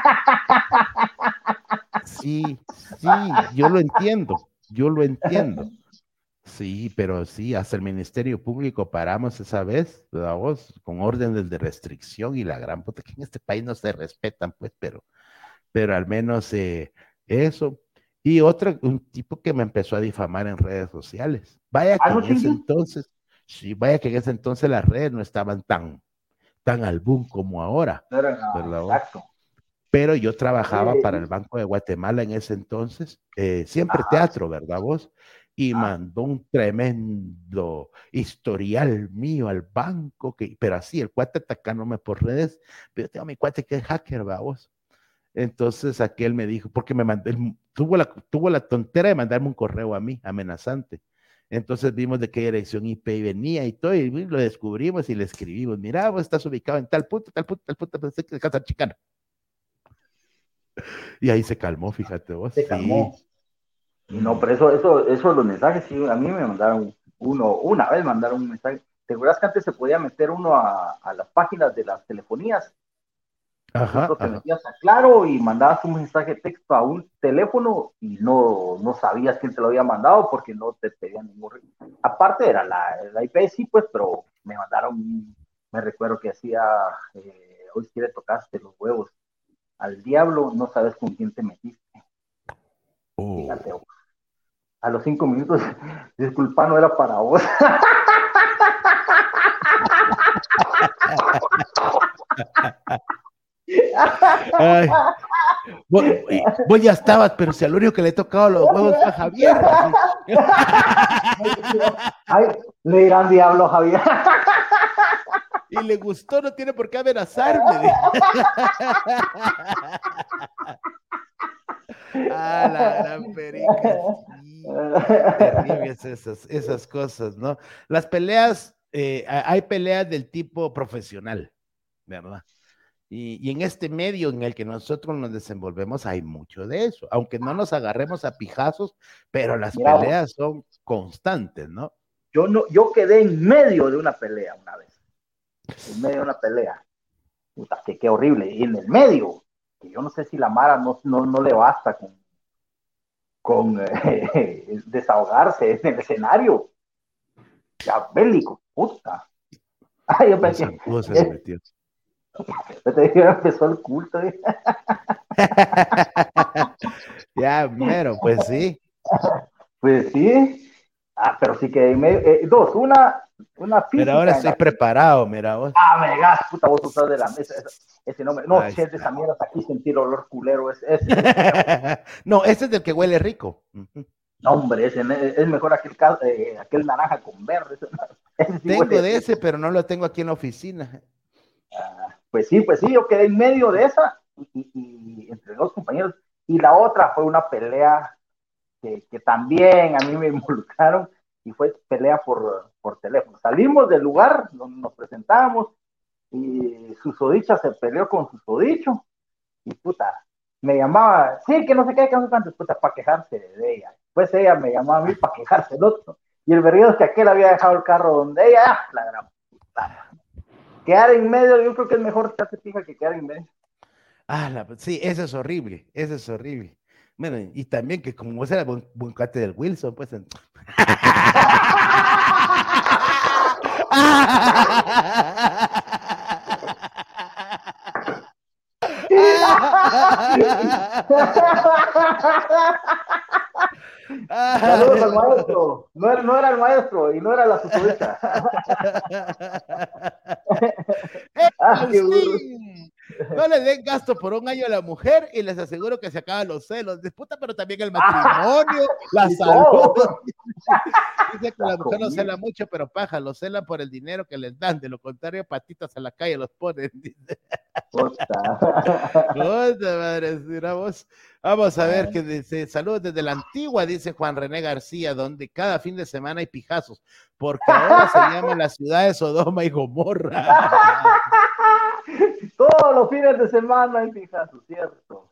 Sí, sí, yo lo entiendo, yo lo entiendo. Sí, pero sí, hasta el Ministerio Público paramos esa vez, ¿verdad vos? Con órdenes de restricción y la gran puta, que en este país no se respetan, pues, pero al menos eso. Y otro, un tipo que me empezó a difamar en redes sociales. Vaya Ah, que no en ese chingue. entonces, sí, vaya que en ese entonces las redes no estaban tan al boom como ahora, No era nada, ¿verdad vos? exacto. Pero yo trabajaba para el Eh, Banco de Guatemala en ese entonces, siempre ajá, teatro, ¿verdad vos? Y ah, mandó un tremendo historial mío al banco, pero así, el cuate atacándome por redes, pero yo tengo a mi cuate que es hacker, ¿verdad vos? Entonces aquel me dijo, porque tuvo la tontera de mandarme un correo a mí, amenazante. Entonces vimos de qué dirección IP venía y todo, y lo descubrimos y le escribimos, mira, vos estás ubicado en tal punto, pensé que casa chicana. Y ahí se calmó, fíjate vos, se sí. calmó. Y no, Mm. pero eso los mensajes, sí, a mí me mandaron una vez mandaron un mensaje. ¿Te acuerdas que antes se podía meter uno a las páginas de las telefonías? Por Ajá, ejemplo, te ajá. metías a Claro y mandabas un mensaje de texto a un teléfono y no sabías quién te lo había mandado porque no te pedían ningún. Aparte era la IP, sí, pues, pero me mandaron, me recuerdo que decía, hoy si le tocaste los huevos al diablo, no sabes con quién te metiste. Fíjate, Oh. a los 5 minutos, disculpa, no era para vos. Ay, vos ya estabas, pero si al único que le he tocado los huevos fue a Javier, así. Ay, le dirán diablo, Javier. Y le gustó, no tiene por qué amenazarme. La gran perica, sí. Terribles esas cosas, ¿no? Las peleas, hay peleas del tipo profesional, ¿verdad? Y en este medio en el que nosotros nos desenvolvemos hay mucho de eso, aunque no nos agarremos a pijazos, pero las Mira vos, peleas son constantes, ¿no? yo no, yo quedé en medio de una pelea una vez, en medio de una pelea. Puta, que qué horrible. Y en el medio, que yo no sé si la Mara no le basta con desahogarse en el escenario. Ya, bélico, puta. Ay, yo El pensé, zancudo se le metió. empezó el culto. Ya, mero, pues sí. Pues sí. Pero sí que dos, una Pero ahora física en estoy la. preparado, mira vos. Me gas, puta, vos usas de la mesa. Ese nombre. No, Ahí che, de esa está. mierda, aquí sentir olor culero. Ese es feo. No, ese es del que huele rico. Ujú. No, hombre, ese es mejor aquel naranja con verde. Ese sí Tengo huele de rico. ese, pero no lo tengo aquí en la oficina. Pues sí, yo quedé en medio de esa y entre dos compañeros. Y la otra fue una pelea que también a mí me involucraron y fue pelea por teléfono. Salimos del lugar donde nos presentábamos y Susodicha se peleó con Susodicho y puta, me llamaba, sí, que no sé qué, que no sé cuánto, puta, para quejarse de ella. Pues ella me llamaba a mí para quejarse del otro. Y el vergüenza es que aquel había dejado el carro donde ella, la gran puta. Quedar en medio, yo creo que es mejor estarse fija que quedar en medio. Sí, eso es horrible, eso es horrible. Bueno, y también que como vos eras buen cuate del Wilson, pues. Saludos al maestro. No era el maestro y no era la susodicha. Qué burro. Sí. No le den gasto por un año a la mujer y les aseguro que se acaban los celos. Disputa, pero también el matrimonio, la Y salud. todo. Dice que la mujer no cela mucho, pero paja, lo celan por el dinero que les dan. De lo contrario, patitas a la calle los ponen. Dice. Madre, vamos a ver qué dice. Saludos desde la Antigua, dice Juan René García, donde cada fin de semana hay pijazos, porque ahora se llama la ciudad de Sodoma y Gomorra. Todos los fines de semana hay pijazos, ¿cierto?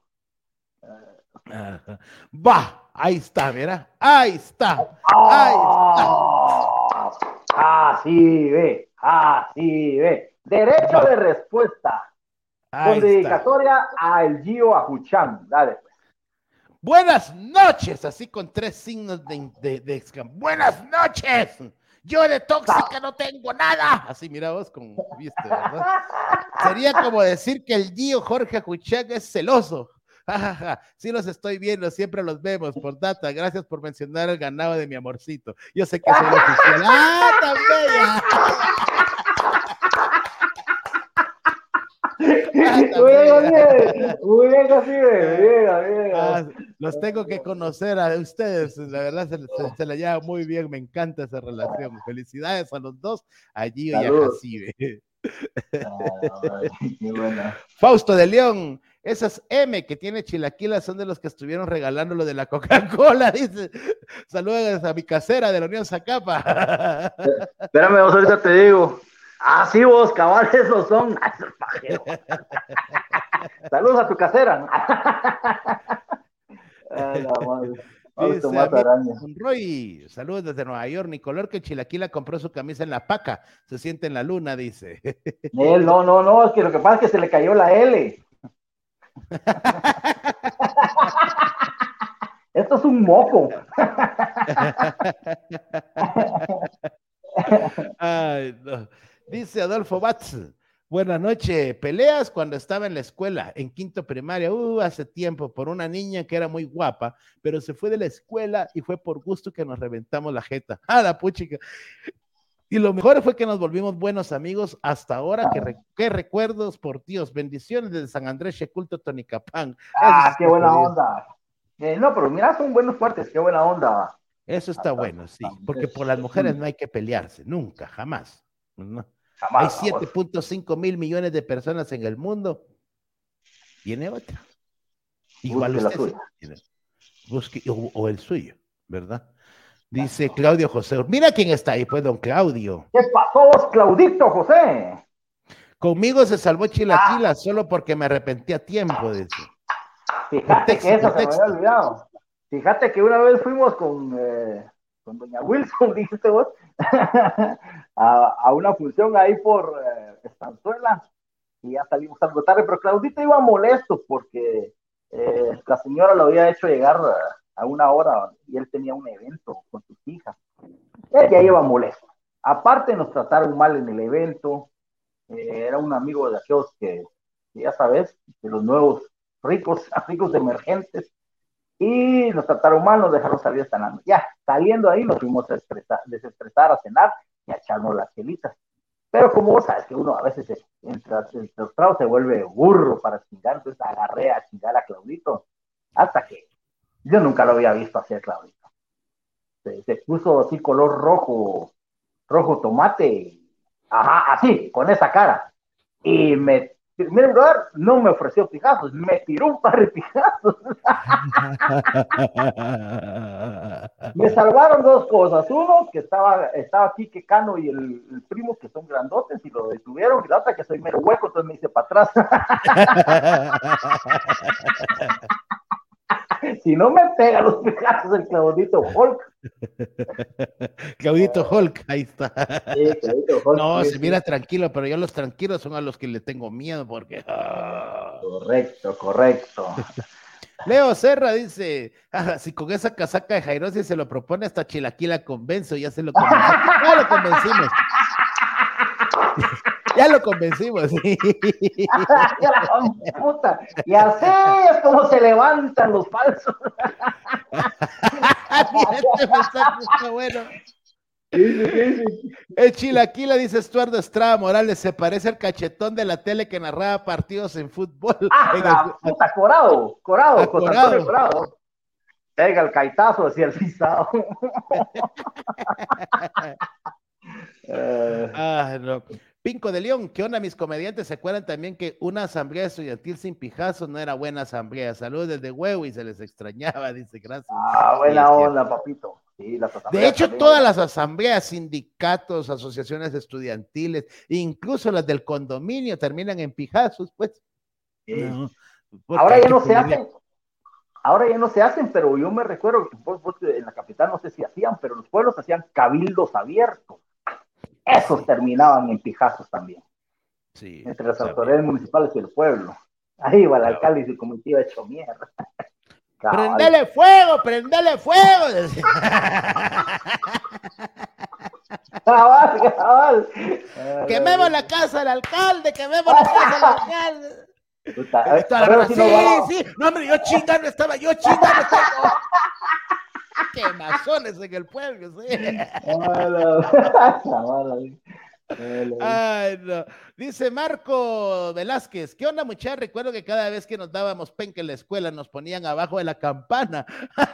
Va, ahí está, mira, ahí está, ahí está. Así ve. Derecho de respuesta. Ahí Con está. dedicatoria al Gio Ajuchán. Dale, pues. Buenas noches, así con 3 signos de exclamación. Buenas noches. Yo de tóxica no tengo nada. Así, mira vos, como viste, ¿verdad? Sería como decir que el Gio Jorge Ajuchán es celoso. Sí los estoy viendo, siempre los vemos por data. Gracias por mencionar el ganado de mi amorcito. Yo sé que soy el oficial. ¡Ah, tan bella! Muy bien, así, bien. Los tengo que conocer a ustedes, la verdad se la lleva muy bien, me encanta esa relación. Felicidades a los dos, a Gio y a Jacibe. Qué buena. Fausto de León, esas M que tiene Chilaquilas son de los que estuvieron regalando lo de la Coca-Cola, dice. Saludos a mi casera de la Unión Zacapa. Espérame, vos ahorita te digo. Sí, vos, cabales esos son. Saludos a tu casera. La madre. Dice a mí, Roy, saludos desde Nueva York. Nicolor que Chilaquila compró su camisa en la paca, se siente en la luna, dice. No, es que lo que pasa es que se le cayó la L. Esto es un moco. Ay, no. Dice Adolfo Batz, buenas noches, peleas cuando estaba en la escuela, en quinto primaria, hace tiempo, por una niña que era muy guapa, pero se fue de la escuela y fue por gusto que nos reventamos la jeta. La puchica. Y lo mejor fue que nos volvimos buenos amigos hasta ahora. Qué recuerdos, por Dios. Bendiciones desde San Andrés, Shekulto, Tonicapán. Qué buena onda. No, pero mira, son buenos fuertes, qué buena onda. Eso está bueno, sí. Porque por las mujeres no hay que pelearse, nunca, jamás. ¿No? Hay 7.5 mil millones de personas en el mundo. Viene otra. Igual usted busque o el suyo, ¿verdad? Dice Claudio José. Mira quién está ahí, pues, don Claudio. ¿Qué pasó vos, Claudito José? Conmigo se salvó Chilaquila solo porque me arrepentí a tiempo, dice. Fíjate que eso se me había olvidado. Fíjate que una vez fuimos con doña Wilson, dijiste vos, a una función ahí por Estanzuela, y ya salimos algo tarde, pero Claudito iba molesto porque la señora lo había hecho llegar a una hora y él tenía un evento con sus hijas. Él ya iba molesto. Aparte nos trataron mal en el evento, era un amigo de aquellos que ya sabes, de los nuevos ricos emergentes, y nos trataron mal, nos dejaron salir hasta la noche. Ya, saliendo ahí nos fuimos a desestresar, a cenar y a echarnos las chelitas. Pero como vos sabes que uno a veces entre los tragos se vuelve burro para chingar, entonces agarré a chingar a Claudito, hasta que yo nunca lo había visto hacer Claudito. Se puso así color rojo tomate, así, con esa cara. Y primer lugar, no me ofreció pijazos, me tiró un par de pijazos. Me salvaron dos cosas. Uno, que estaba aquí que Cano y el primo, que son grandotes, y lo detuvieron. Y la otra, que soy mero hueco, entonces me hice para atrás. Si no me pega los pijazos el Claudito Hulk. Claudito Hulk, ahí está. Sí, Claudito Hulk. No, sí, se mira tranquilo, pero yo los tranquilos son a los que le tengo miedo porque... Correcto. Leo Serra dice, si con esa casaca de Jairosi se lo propone, hasta Chilaquila convenzo, ya se lo convenció. Ya lo convencimos. Ya lo convencimos. Sí. Puta. Y así es como se levantan los falsos. Mira, este mensaje está bueno. Sí. El Chilaquila, dice Estuardo Estrada Morales, se parece al cachetón de la tele que narraba partidos en fútbol. Puta, Corado, José Antonio Corado. Pega el caitazo, decía el pisado. No. Pinco de León, ¿qué onda mis comediantes? ¿Se acuerdan también que una asamblea estudiantil sin pijazos no era buena asamblea? Saludos desde Huevo y se les extrañaba, dice, gracias. Buena onda, papito. Sí, de hecho, todas las asambleas, sindicatos, asociaciones estudiantiles, incluso las del condominio terminan en pijazos, pues. Sí. No, ahora ya no se hacen. Ahora ya no se hacen, pero yo me recuerdo que vos en la capital no sé si hacían, pero los pueblos hacían cabildos abiertos. Esos terminaban en pijazos también. Sí. Entre las autoridades municipales y el pueblo. Ahí iba el alcalde y su comitiva hecho mierda. ¡Prendele fuego! ¡Prendele fuego! Cabal. ¡Quememos la casa del alcalde! ¡Quememos la casa del alcalde! Sí. No, hombre, yo chingando estaba. Quemazones en el pueblo, sí. Ay, no. Dice Marco Velázquez, ¿qué onda, muchachos? Recuerdo que cada vez que nos dábamos penca en la escuela nos ponían abajo de la campana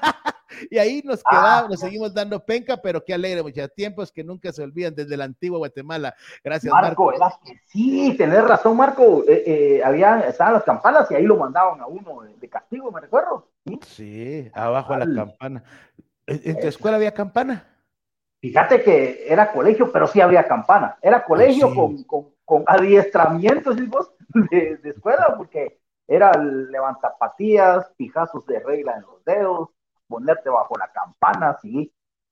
y ahí nos quedábamos, nos seguimos dando penca, pero qué alegre, muchachos, tiempos que nunca se olvidan desde la antigua Guatemala. Gracias, Marco. Velázquez, sí, tenés razón, Marco. Estaban las campanas y ahí lo mandaban a uno de castigo, me recuerdo. Sí, abajo de la campana. ¿En tu escuela había campana? Fíjate que era colegio, pero sí había campana. Era colegio con adiestramientos de escuela, porque era levantapatías, pijazos de regla en los dedos, ponerte bajo la campana, sí.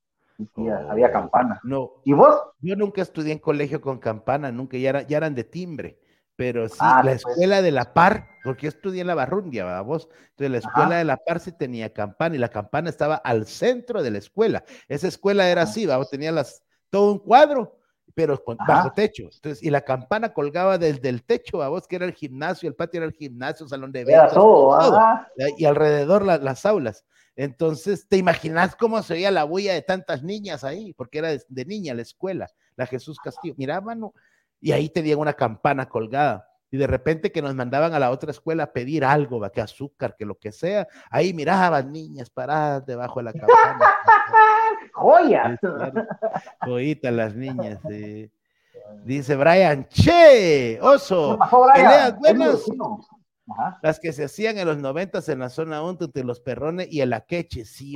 Había campana. No. ¿Y vos? Yo nunca estudié en colegio con campana, nunca, ya eran de timbre. Pero sí, la escuela de la par, porque yo estudié en la Barrundia, ¿verdad vos? Entonces la escuela de la par sí tenía campana y la campana estaba al centro de la escuela. Esa escuela era así, ¿verdad? Tenía todo un cuadro, pero bajo techo. Entonces, y la campana colgaba desde el techo, ¿verdad vos? Que era el gimnasio, el patio era el gimnasio, salón de eventos. Era todo. Y alrededor las aulas. Entonces, ¿te imaginas cómo se oía la bulla de tantas niñas ahí? Porque era de niña la escuela, la Jesús Castillo. Mira, mano. Y ahí tenían una campana colgada. Y de repente que nos mandaban a la otra escuela a pedir algo, que azúcar, que lo que sea. Ahí miraban niñas paradas debajo de la campana. ¡Joyas! Joyitas las niñas. Sí. Dice Brian, ¡che! ¡Oso! Peleas buenas. Las que se hacían en los 90s en la zona 1 entre los Perrones y el Aqueche, sí.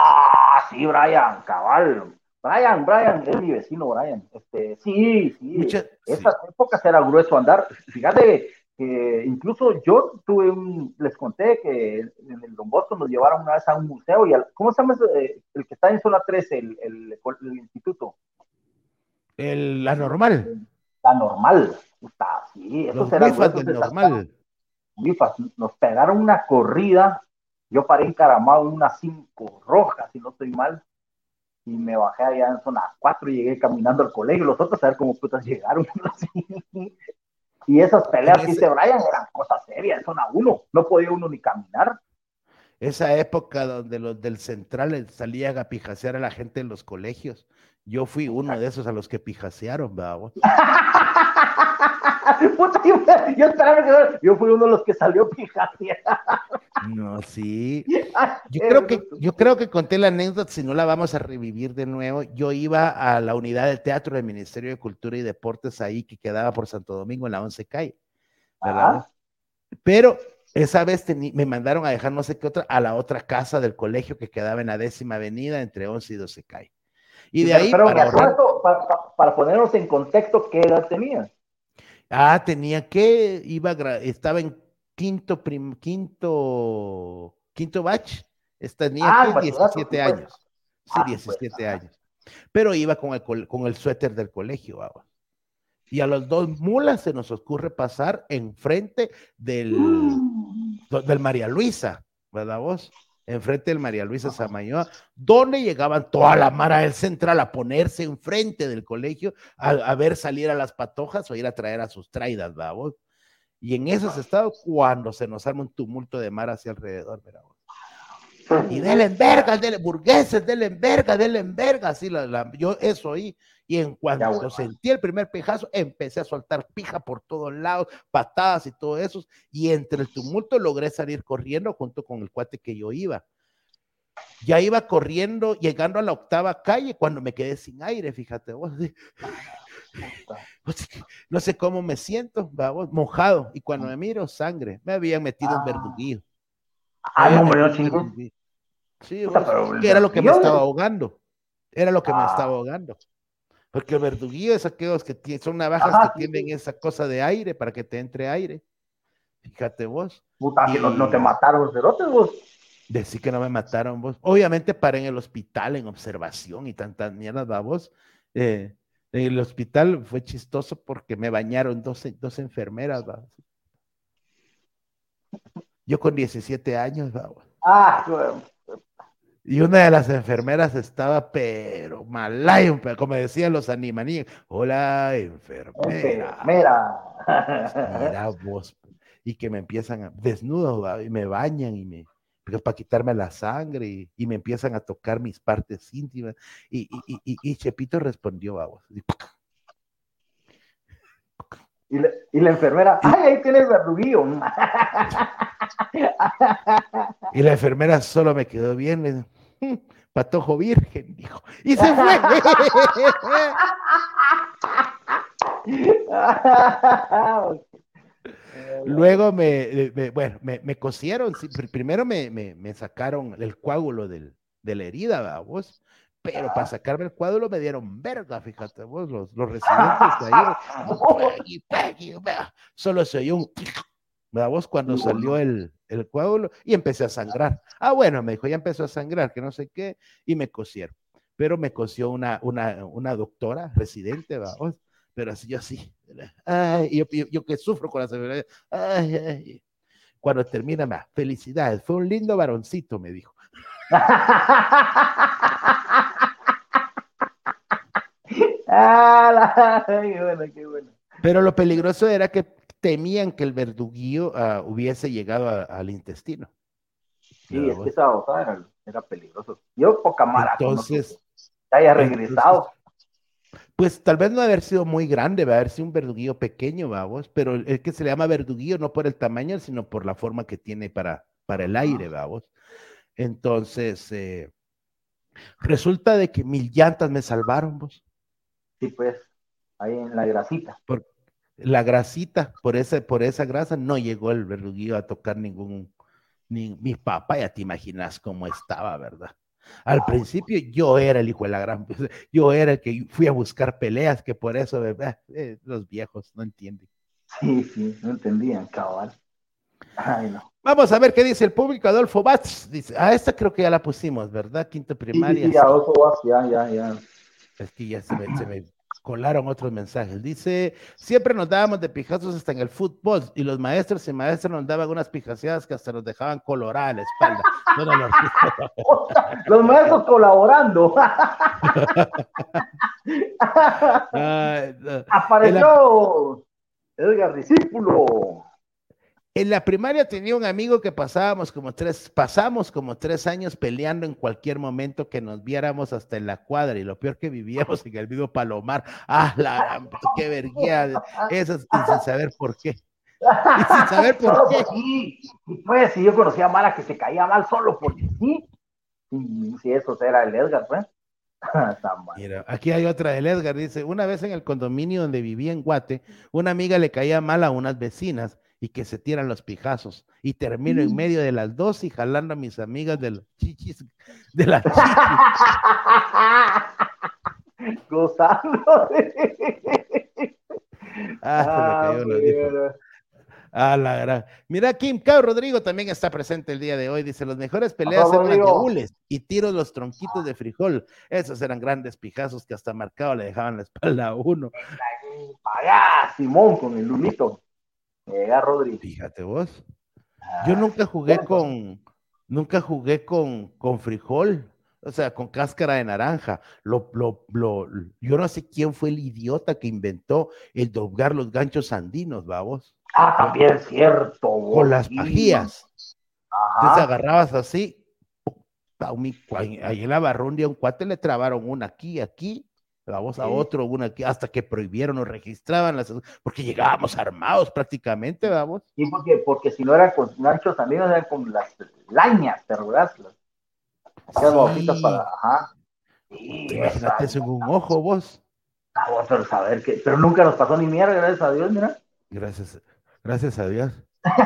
Sí, Brian, cabal. Brian, es mi vecino, Brian. Sí. Esas épocas era grueso andar. Fíjate que incluso yo les conté que en el Don Bosco nos llevaron una vez a un museo y ¿cómo se llama el que está en zona 13, el instituto? La normal. La normal. Sí, esos eran gruesos del normal. Nos pegaron una corrida. Yo paré encaramado en una 5 roja, si no estoy mal. Y me bajé allá en zona 4 y llegué caminando al colegio. Los otros a ver cómo putas llegaron. Y esas peleas que dice Brian eran cosas serias. En zona 1 no podía uno ni caminar. Esa época donde los del Central salían a pijasear a la gente en los colegios. Yo fui uno de esos a los que pijasearon, ¿verdad? Puta, yo esperaba que yo fui uno de los que salió pijasear. No, sí. Yo creo que conté la anécdota, si no la vamos a revivir de nuevo. Yo iba a la unidad de teatro del Ministerio de Cultura y Deportes ahí, que quedaba por Santo Domingo, en la 11 calle. ¿verdad vos? Pero esa vez me mandaron a dejar no sé qué otra, a la otra casa del colegio que quedaba en la 10ª Avenida entre 11 y 12 calle. Y Sí, de ahí pero para me ahorrar. acuerdo, para ponernos en contexto, ¿qué edad tenías? Tenía que, estaba en quinto batch, tenía Ah, que el bachillerato, sí, 17 pues. años, sí, Ah, sí, pues. 17 años, pero iba con el suéter del colegio, vamos. Y a los 2 mulas se nos ocurre pasar enfrente del María Luisa, ¿verdad vos? Enfrente del María Luisa Samayoa, donde llegaban toda la mara del central a ponerse enfrente del colegio a ver salir a las patojas o ir a traer a sus traidas, ¿verdad vos? Y en esos estados, cuando se nos arma un tumulto de mar hacia alrededor, ¿verdad vos? Y denle burgueses, denle enverga, así yo eso oí. Y en cuanto sentí el primer pijazo, empecé a soltar pija por todos lados, patadas y todo eso, y entre el tumulto logré salir corriendo junto con el cuate que yo iba. Ya iba corriendo, llegando a la 8ª calle, cuando me quedé sin aire, fíjate vos. No sé cómo me siento, vamos, mojado, y cuando me miro, sangre. Me habían metido un verduguillo. No, hombre, no chingues. Sí, Puta, vos, pero el que era lo que me verduguillo. estaba ahogando. Era lo que me estaba ahogando. Porque el verduguillo es aquellos que son navajas que tienen esa cosa de aire para que te entre aire. Fíjate vos. Puta, que no te Y mataron, cerotes, vos. decir que no me mataron vos. Obviamente paré en el hospital en observación y tantas mierdas, ¿va vos? En el hospital fue chistoso porque me bañaron dos enfermeras, ¿va? Yo con 17 años, ¿va? Y una de las enfermeras estaba, pero malaya, como decían los animaníes. Hola, enfermera. Mira vos. Y que me empiezan desnudo, ¿va? Y me bañan para quitarme la sangre y me empiezan a tocar mis partes íntimas. Y Chepito respondió, vamos. Y la enfermera, ay, ahí tienes verduguillo. Y la enfermera solo me quedó bien, patojo virgen, dijo. Y se fue. Luego bueno, me cosieron, sí, primero me sacaron el coágulo de la herida, vos, pero para sacarme el coágulo me dieron verga, fíjate vos, los residentes de ahí, solo se oyó un, vos, cuando salió el coágulo y empecé a sangrar. Bueno, me dijo, ya empezó a sangrar, que no sé qué, y me cosieron, pero me cosió una doctora residente, vos, pero así yo así, ay, yo que sufro con las enfermedades, ay, ay. Cuando termina, felicidades, fue un lindo varoncito, me dijo. Qué bueno. Pero lo peligroso era que temían que el verduguillo hubiese llegado al intestino. Sí, es que Vos? esa otra era peligroso. Yo poca mara conozco que Entonces, haya entonces, regresado. pues tal vez no haber sido muy grande, va a haber sido un verduguillo pequeño, vamos, pero el que se le llama verduguillo no por el tamaño, sino por la forma que tiene para el aire, vamos. Entonces, resulta de que 1,000 llantas me salvaron, vos. Sí, pues, ahí en la grasita. Por la grasita, por esa grasa no llegó el verduguillo a tocar ni mi papá, ya te imaginas cómo estaba, ¿verdad? Al principio yo era el hijo de la gran, yo era el que fui a buscar peleas, que por eso, ¿verdad? Los viejos no entienden. Sí, no entendían, cabal. Ay, no. Vamos a ver qué dice el público. Adolfo Batz dice, esta creo que ya la pusimos, ¿verdad? Quinto primaria, Ya, sí. oso vas, ya. Es que ya se me colaron otros mensajes. Dice, siempre nos dábamos de pijazos hasta en el fútbol y los maestros y maestras nos daban unas pijaseadas que hasta nos dejaban colorada la espalda. Bueno, los maestros colaborando. no. Apareció Edgar Discípulo. En la primaria tenía un amigo que pasamos como 3 años peleando en cualquier momento que nos viéramos hasta en la cuadra, y lo peor que vivíamos en el mismo Palomar. ¡Qué vergüenza! Eso y sin saber por qué. Y sin saber por Solo qué. sí, pues sí, yo conocía a Mara que se caía mal solo porque sí. Sí, eso era el Edgar, pues. Mira, aquí hay otra del Edgar, dice, una vez en el condominio donde vivía en Guate, una amiga le caía mal a unas vecinas y que se tiran los pijazos. Y termino en medio de las dos y jalando a mis amigas de las chichis. Gozando. Se me cayó el audífono. La gran. Mira, Kim Cao Rodrigo también está presente el día de hoy. Dice: los mejores peleas eran las de hules y tiros los tronquitos de frijol. Esos eran grandes pijazos que hasta marcado le dejaban la espalda a uno. Allá, Simón con el lunito. Llega Rodrigo. Fíjate vos. Yo nunca jugué con frijol, o sea, con cáscara de naranja. Yo no sé quién fue el idiota que inventó el doblar los ganchos andinos, vamos. También es cierto. Con las pajillas. Entonces agarrabas así. Ahí en la barrundia a un cuate le trabaron una aquí. Vamos a otro, una aquí, hasta que prohibieron o registraban porque llegábamos armados prácticamente, vamos. Sí, porque si no eran con ganchos andinos, eran con las lañas, ¿te recuerdas? Esas babotitas para, Sí, imagínate eso en un ojo, vos. Pero saber que, pero nunca nos pasó ni mierda, gracias a Dios, mira. Gracias a Dios.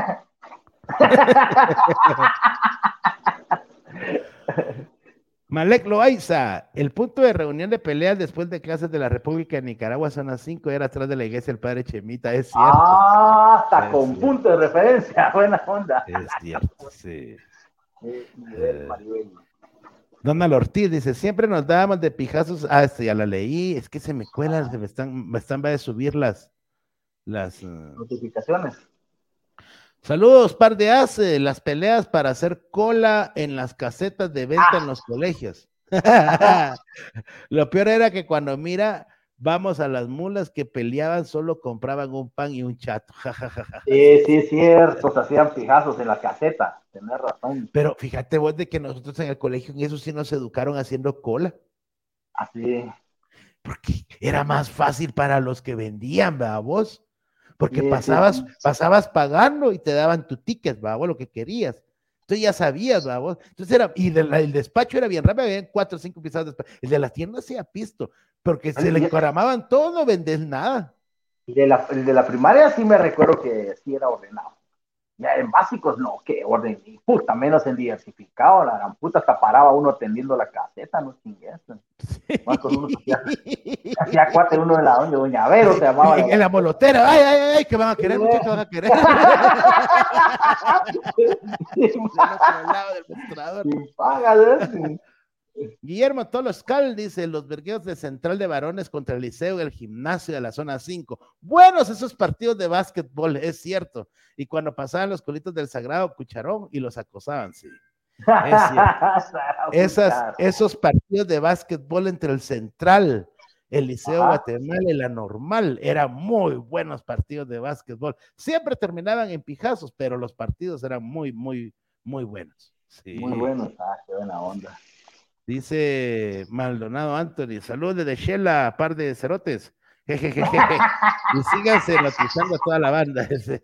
Malek Loaiza, el punto de reunión de peleas después de clases de la República de Nicaragua, zona 5, era atrás de la iglesia del Padre Chemita, es cierto. Hasta con cierto. Punto de referencia, buena onda. Es cierto, sí. Donald Ortiz dice: siempre nos dábamos de pijazos. Ya la leí, es que se me cuelan, me están va a subir las notificaciones. Saludos, par de hace las peleas para hacer cola en las casetas de venta en los colegios. Lo peor era que cuando vamos a las mulas que peleaban, solo compraban un pan y un chato. Sí, es cierto, se hacían pijazos en la caseta, tenés razón. Pero fíjate vos de que nosotros en el colegio en eso sí nos educaron haciendo cola. Así. Porque era más fácil para los que vendían, ¿verdad vos? Porque pasabas pagando y te daban tu ticket, ¿va? Lo que querías. Entonces ya sabías, ¿va? Entonces el despacho era bien rápido, habían 4 o 5 pisadas. El de la tienda hacía pisto, porque se le encaramaban todo, no vendes nada. El de la primaria sí me recuerdo que sí era ordenado. Ya en básicos no, qué orden, y puta, menos en diversificado, la gran puta, hasta paraba uno tendiendo la caseta, no chingues. Sí. Más con uno hacía cuate uno de la doña Vero, se llamaba. En la molotera, ay, que van a querer, muchachos, van a querer. Del otro lado del mostrador. Sin pagas, Guillermo Toloscal dice: los vergueos de Central de Varones contra el Liceo y el Gimnasio de la zona 5. Buenos esos partidos de básquetbol, es cierto. Y cuando pasaban los colitos del Sagrado Cucharón y los acosaban, sí. Es cierto. Esos partidos de básquetbol entre el Central, el Liceo Guatemala y la Normal, eran muy buenos partidos de básquetbol. Siempre terminaban en pijazos, pero los partidos eran muy, muy, muy buenos. Sí. Muy buenos, qué buena onda. Dice Maldonado Anthony: saludos desde Shela, par de cerotes. Jejejeje. Y síganse notizando a toda la banda.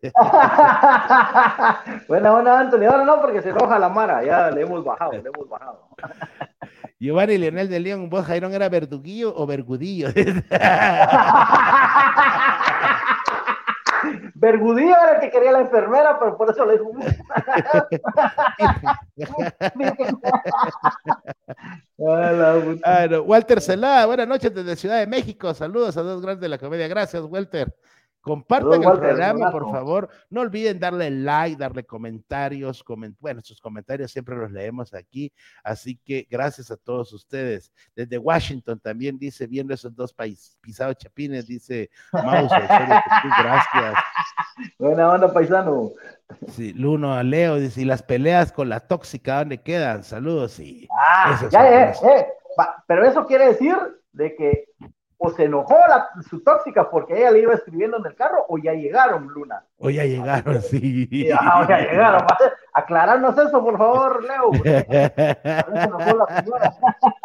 Buena, Anthony. Ahora no, porque se enoja la Mara. Ya le hemos bajado. Giovanni Leonel de León: ¿vos, Jairón, era verduguillo o vergudillo? Vergudillo era el que quería la enfermera, pero por eso le dijo. No. Walter Celada, buenas noches desde Ciudad de México. Saludos a dos grandes de la comedia. Gracias, Walter. Compartan el programa, por favor. No olviden darle like, darle comentarios. Bueno, sus comentarios siempre los leemos aquí. Así que gracias a todos ustedes. Desde Washington también dice: viendo esos dos pisados chapines, dice Mouse. Gracias. Buena onda, paisano. Sí, Luno a Leo dice: y las peleas con la tóxica, ¿dónde quedan? Saludos. Sí. Pero eso quiere decir de que o se enojó su tóxica porque ella le iba escribiendo en el carro, o ya llegaron, Luna. O ya llegaron, sí. Ya llegaron. Aclararnos eso, por favor, Leo. A ver, se enojó la señora.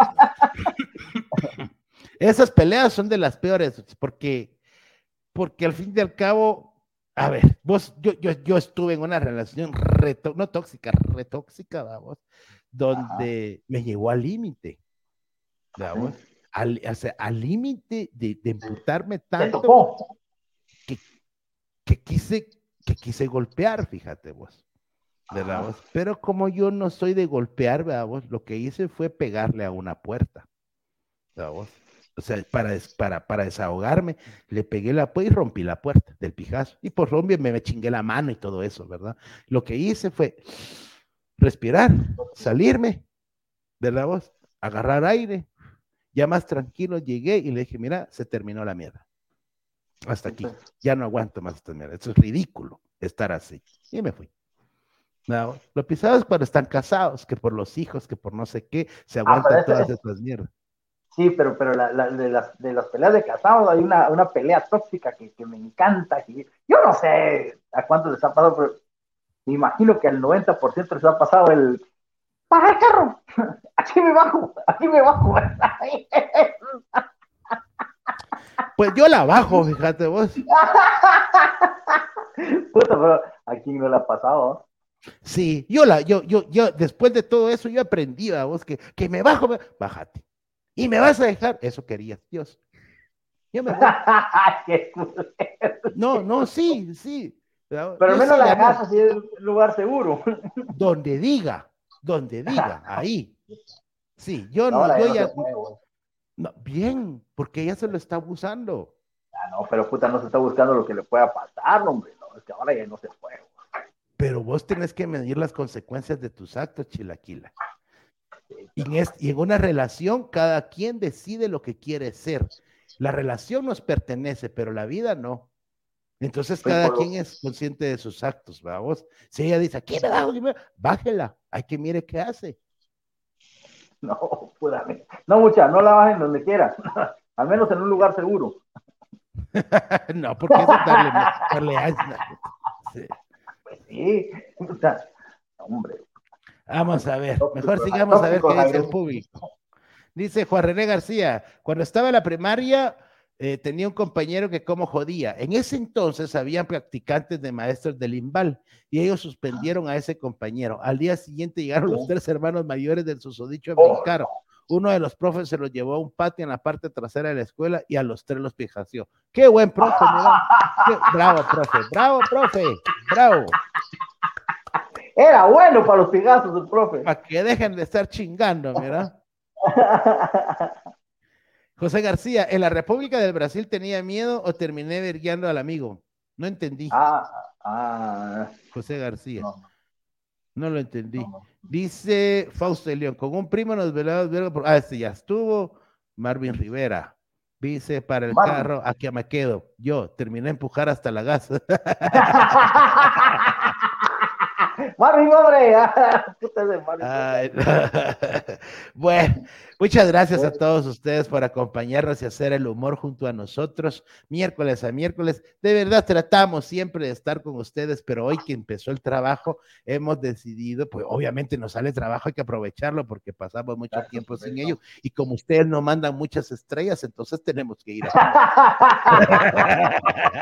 Esas peleas son de las peores, porque al fin y al cabo, a ver, yo estuve en una relación no tóxica, retóxica, vamos, donde me llegó al límite, vamos. Al límite de emputarme tanto que quise que quise golpear, fíjate vos, ¿verdad vos? Pero como yo no soy de golpear, ¿verdad vos? Lo que hice fue pegarle a una puerta, ¿verdad vos? O sea, para desahogarme, le pegué la puerta y rompí la puerta del pijazo. Y por romper me chingué la mano y todo eso, ¿verdad? Lo que hice fue respirar, salirme, ¿verdad vos? Agarrar aire. Ya más tranquilo llegué y le dije, mira, se terminó la mierda. Hasta aquí. Ya no aguanto más esta mierda. Eso es ridículo estar así. Y me fui. No, lo pisado es cuando están casados, que por los hijos, que por no sé qué, se Pero aguantan todas estas mierdas. sí, pero de las peleas de casados hay una pelea tóxica que me encanta. Yo no sé a cuántos les ha pasado, pero me imagino que al 90% les ha pasado el ¡para el carro! Aquí me bajo. Pues yo la bajo, fíjate vos. Puta, pero ¿a quién no le ha pasado? Sí, después de todo eso, yo aprendí a vos que me bajo, bájate. Y me vas a dejar, eso querías, Dios. Yo me voy. No, no, sí, sí. Pero al Yo menos sí la ya dejas no. así en un lugar seguro. Donde diga, ahí. Sí, yo no, Ahora yo ya no se ya, puede, güey. no, bien, porque ella se lo está abusando. Ah, no, pero puta, no se está buscando lo que le pueda pasar, hombre. No, es que ahora ya no se puede, güey. Pero vos tenés que medir las consecuencias de tus actos, chilaquila. Y en una relación, cada quien decide lo que quiere ser. La relación nos pertenece, pero la vida no. Entonces, Pues cada por quien lo... es consciente de sus actos, vamos. Si ella dice, ¿qué me da? Bájela, hay que mire qué hace. No, puta, no, mucha, no la bajen donde quiera. Al menos en un lugar seguro. No, porque eso es darle asna. Sí. Pues sí, puta, hombre. Vamos a ver, mejor Tóxico, sigamos a ver tóxico, qué dice el Jairo. público. Dice Juan René García, cuando estaba en la primaria tenía un compañero que como jodía. En ese entonces habían practicantes de maestros del Imbal y ellos suspendieron a ese compañero. Al día siguiente llegaron los 3 hermanos mayores del susodicho a brincar. Uno de los profes se los llevó a un patio en la parte trasera de la escuela y a los 3 los pijació. ¡Qué buen profe, mira! Bravo, profe, bravo, profe, bravo. Era bueno para los pigazos el profe. Para que dejen de estar chingando, mira. José García, ¿en la República del Brasil tenía miedo o terminé verguiando al amigo? No entendí. José García. No, No lo entendí. no. Dice Fausto de León, con un primo nos velamos. Este ya estuvo. Marvin Rivera. Dice para el Marvin. carro, aquí me quedo. Yo terminé a empujar hasta la gas. Marvin, hombre. Puta de Marvin. Ay, no. Bueno, muchas gracias a todos ustedes por acompañarnos y hacer el humor junto a nosotros, miércoles a miércoles. De verdad tratamos siempre de estar con ustedes, pero hoy que empezó el trabajo, hemos decidido, pues obviamente nos sale trabajo, hay que aprovecharlo porque pasamos mucho tiempo sin ello. Y como ustedes nos mandan muchas estrellas, entonces tenemos que ir a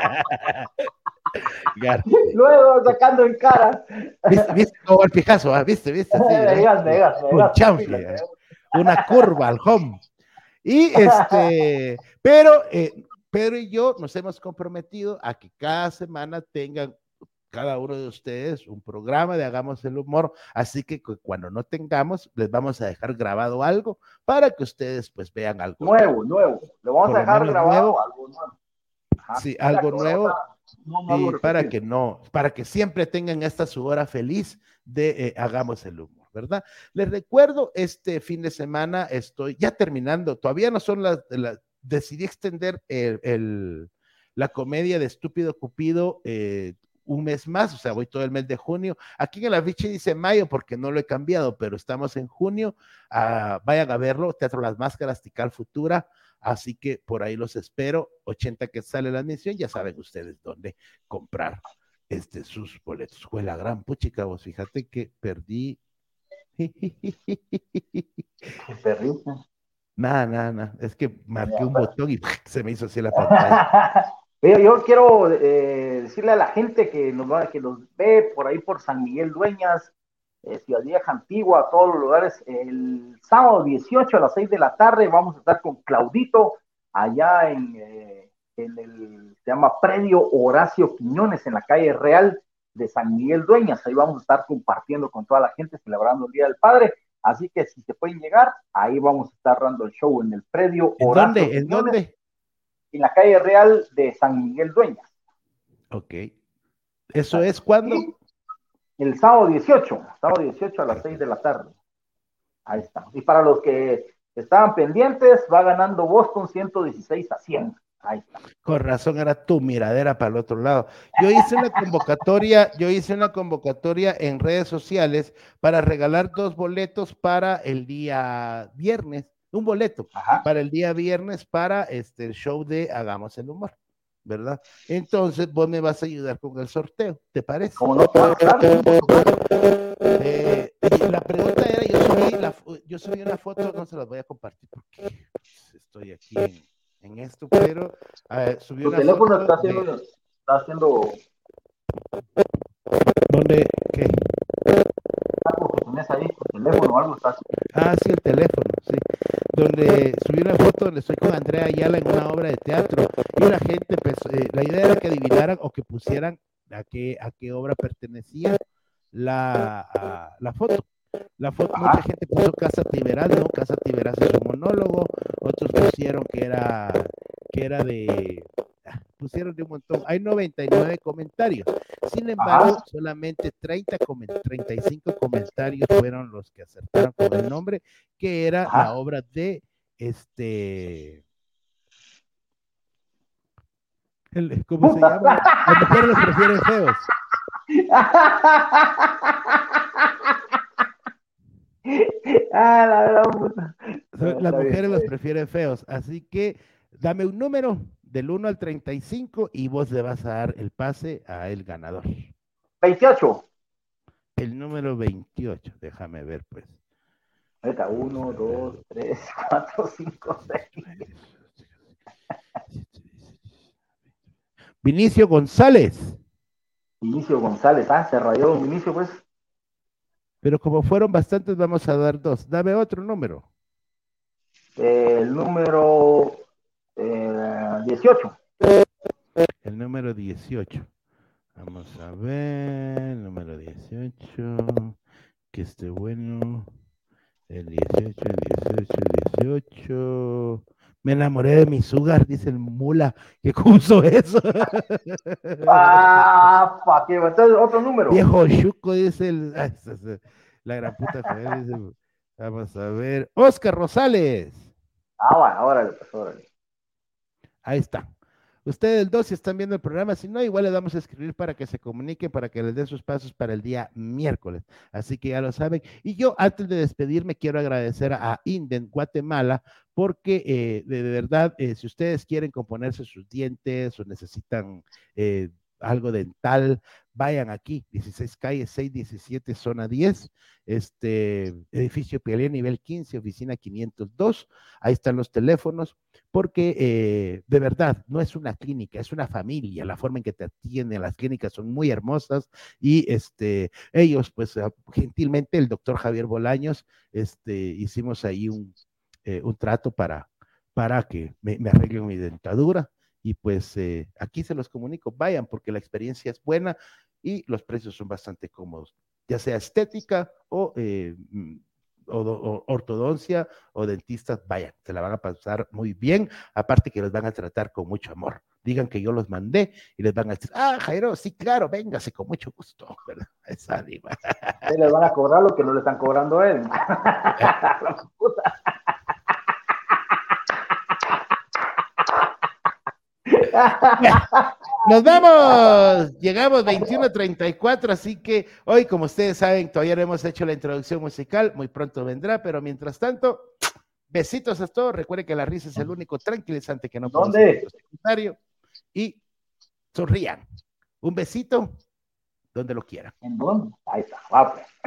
Luego sacando en cara. ¿Viste cómo el pijazo? ¿Viste? Sí, un chanfle, una curva al home. Y pero Pedro y yo nos hemos comprometido a que cada semana tengan cada uno de ustedes un programa de Hagamos el Humor, así que cuando no tengamos, les vamos a dejar grabado algo para que ustedes pues vean algo nuevo. Le vamos a dejar grabado algo nuevo. Sí, algo nuevo. Y para que siempre tengan esta su hora feliz de Hagamos el Humor, ¿verdad? Les recuerdo, este fin de semana estoy ya terminando, todavía no son decidí extender la comedia de Estúpido Cupido un mes más, o sea, voy todo el mes de junio. Aquí en el afiche dice mayo porque no lo he cambiado, pero estamos en junio. Vayan a verlo, Teatro Las Máscaras, Tikal Futura. Así que por ahí los espero. 80 que sale la admisión, ya saben ustedes dónde comprar sus boletos. Fue la gran puchica, vos fíjate que perdí. Perdiste. Nada, es que marqué un botón y se me hizo así la pantalla. Yo quiero decirle a la gente que nos ve por ahí por San Miguel Dueñas, Ciudad Vieja Antigua, todos los lugares, el sábado 18 a las 6 de la tarde vamos a estar con Claudito allá en se llama Predio Horacio Quiñones, en la calle Real de San Miguel Dueñas. Ahí vamos a estar compartiendo con toda la gente, celebrando el Día del Padre. Así que si se pueden llegar, ahí vamos a estar dando el show en el Predio Horacio Quiñones. ¿En dónde? En la calle Real de San Miguel Dueñas. Ok. ¿Eso es cuándo? El sábado 18 a las 6 de la tarde. Ahí está. Y para los que estaban pendientes, va ganando Boston 116-100. Ahí está. Con razón era tu miradera para el otro lado. Yo hice una convocatoria en redes sociales para regalar 2 boletos para el día viernes, un boleto para el día viernes para el show de Hagamos el Humor, ¿verdad? Entonces vos me vas a ayudar con el sorteo, ¿te parece? ¿Cómo no? Claro. La pregunta era, yo subí una foto, no se las voy a compartir porque estoy aquí en esto, pero subí tu una teléfono foto está haciendo ¿dónde? ¿Qué? algo que tenés ahí, tu teléfono o algo está haciendo. Sí, el teléfono, sí. Donde subí una foto donde estoy con Andrea Ayala en una obra de teatro y la gente, pues, la idea era que adivinaran o que pusieran a qué obra pertenecía la foto. La foto, mucha gente puso Casa Tiberaz, ¿no? Casa Tiberaz es un monólogo, otros pusieron que era pusieron de un montón, hay 99 comentarios, sin embargo, solamente 35 comentarios fueron los que acertaron con el nombre, que era la obra de ¿cómo se llama? Las mujeres los prefieren feos. La verdad, puta. Las mujeres los prefieren feos, así que dame un número del 1 al 35 y vos le vas a dar el pase a el ganador. 28. El número 28, déjame ver pues. Ahorita 1, 2, 3, 4, 5, 6. Vinicio González. Vinicio González, se rayó Vinicio, pues. Pero como fueron bastantes, vamos a dar 2. Dame otro número. El número 18. El número 18. Vamos a ver. El número 18. Que esté bueno. El 18, el 18, el 18. Me enamoré de mi sugar, dice el mula. ¿Qué curso eso? Entonces otro número. Viejo chuco, dice la gran puta Joel, dice, vamos a ver. Oscar Rosales. Bueno, órale. Ahí está. Ustedes el 2 si están viendo el programa, si no, igual les vamos a escribir para que se comuniquen, para que les den sus pasos para el día miércoles. Así que ya lo saben. Y yo, antes de despedirme, quiero agradecer a Inden Guatemala, porque de verdad, si ustedes quieren componerse sus dientes o necesitan algo dental, vayan aquí, 16 calle 617, zona 10, edificio Pialé, nivel 15, oficina 502, ahí están los teléfonos, porque de verdad no es una clínica, es una familia, la forma en que te atienden, las clínicas son muy hermosas y ellos, pues gentilmente, el doctor Javier Bolaños, hicimos ahí un trato para que me arreglen mi dentadura y pues aquí se los comunico, vayan porque la experiencia es buena y los precios son bastante cómodos, ya sea estética o ortodoncia o dentistas, vayan, se la van a pasar muy bien, aparte que los van a tratar con mucho amor. Digan que yo los mandé y les van a decir, Jairo, sí, claro, véngase con mucho gusto, ¿verdad? Esa anima. Les van a cobrar lo que no le están cobrando a él. Nos vamos, llegamos 21:34, así que hoy, como ustedes saben, todavía no hemos hecho la introducción musical, muy pronto vendrá, pero mientras tanto, besitos a todos, recuerden que la risa es el único tranquilizante que no produce secundario y sonrían. Un besito donde lo quieran. ¿En dónde? Ahí está, pues.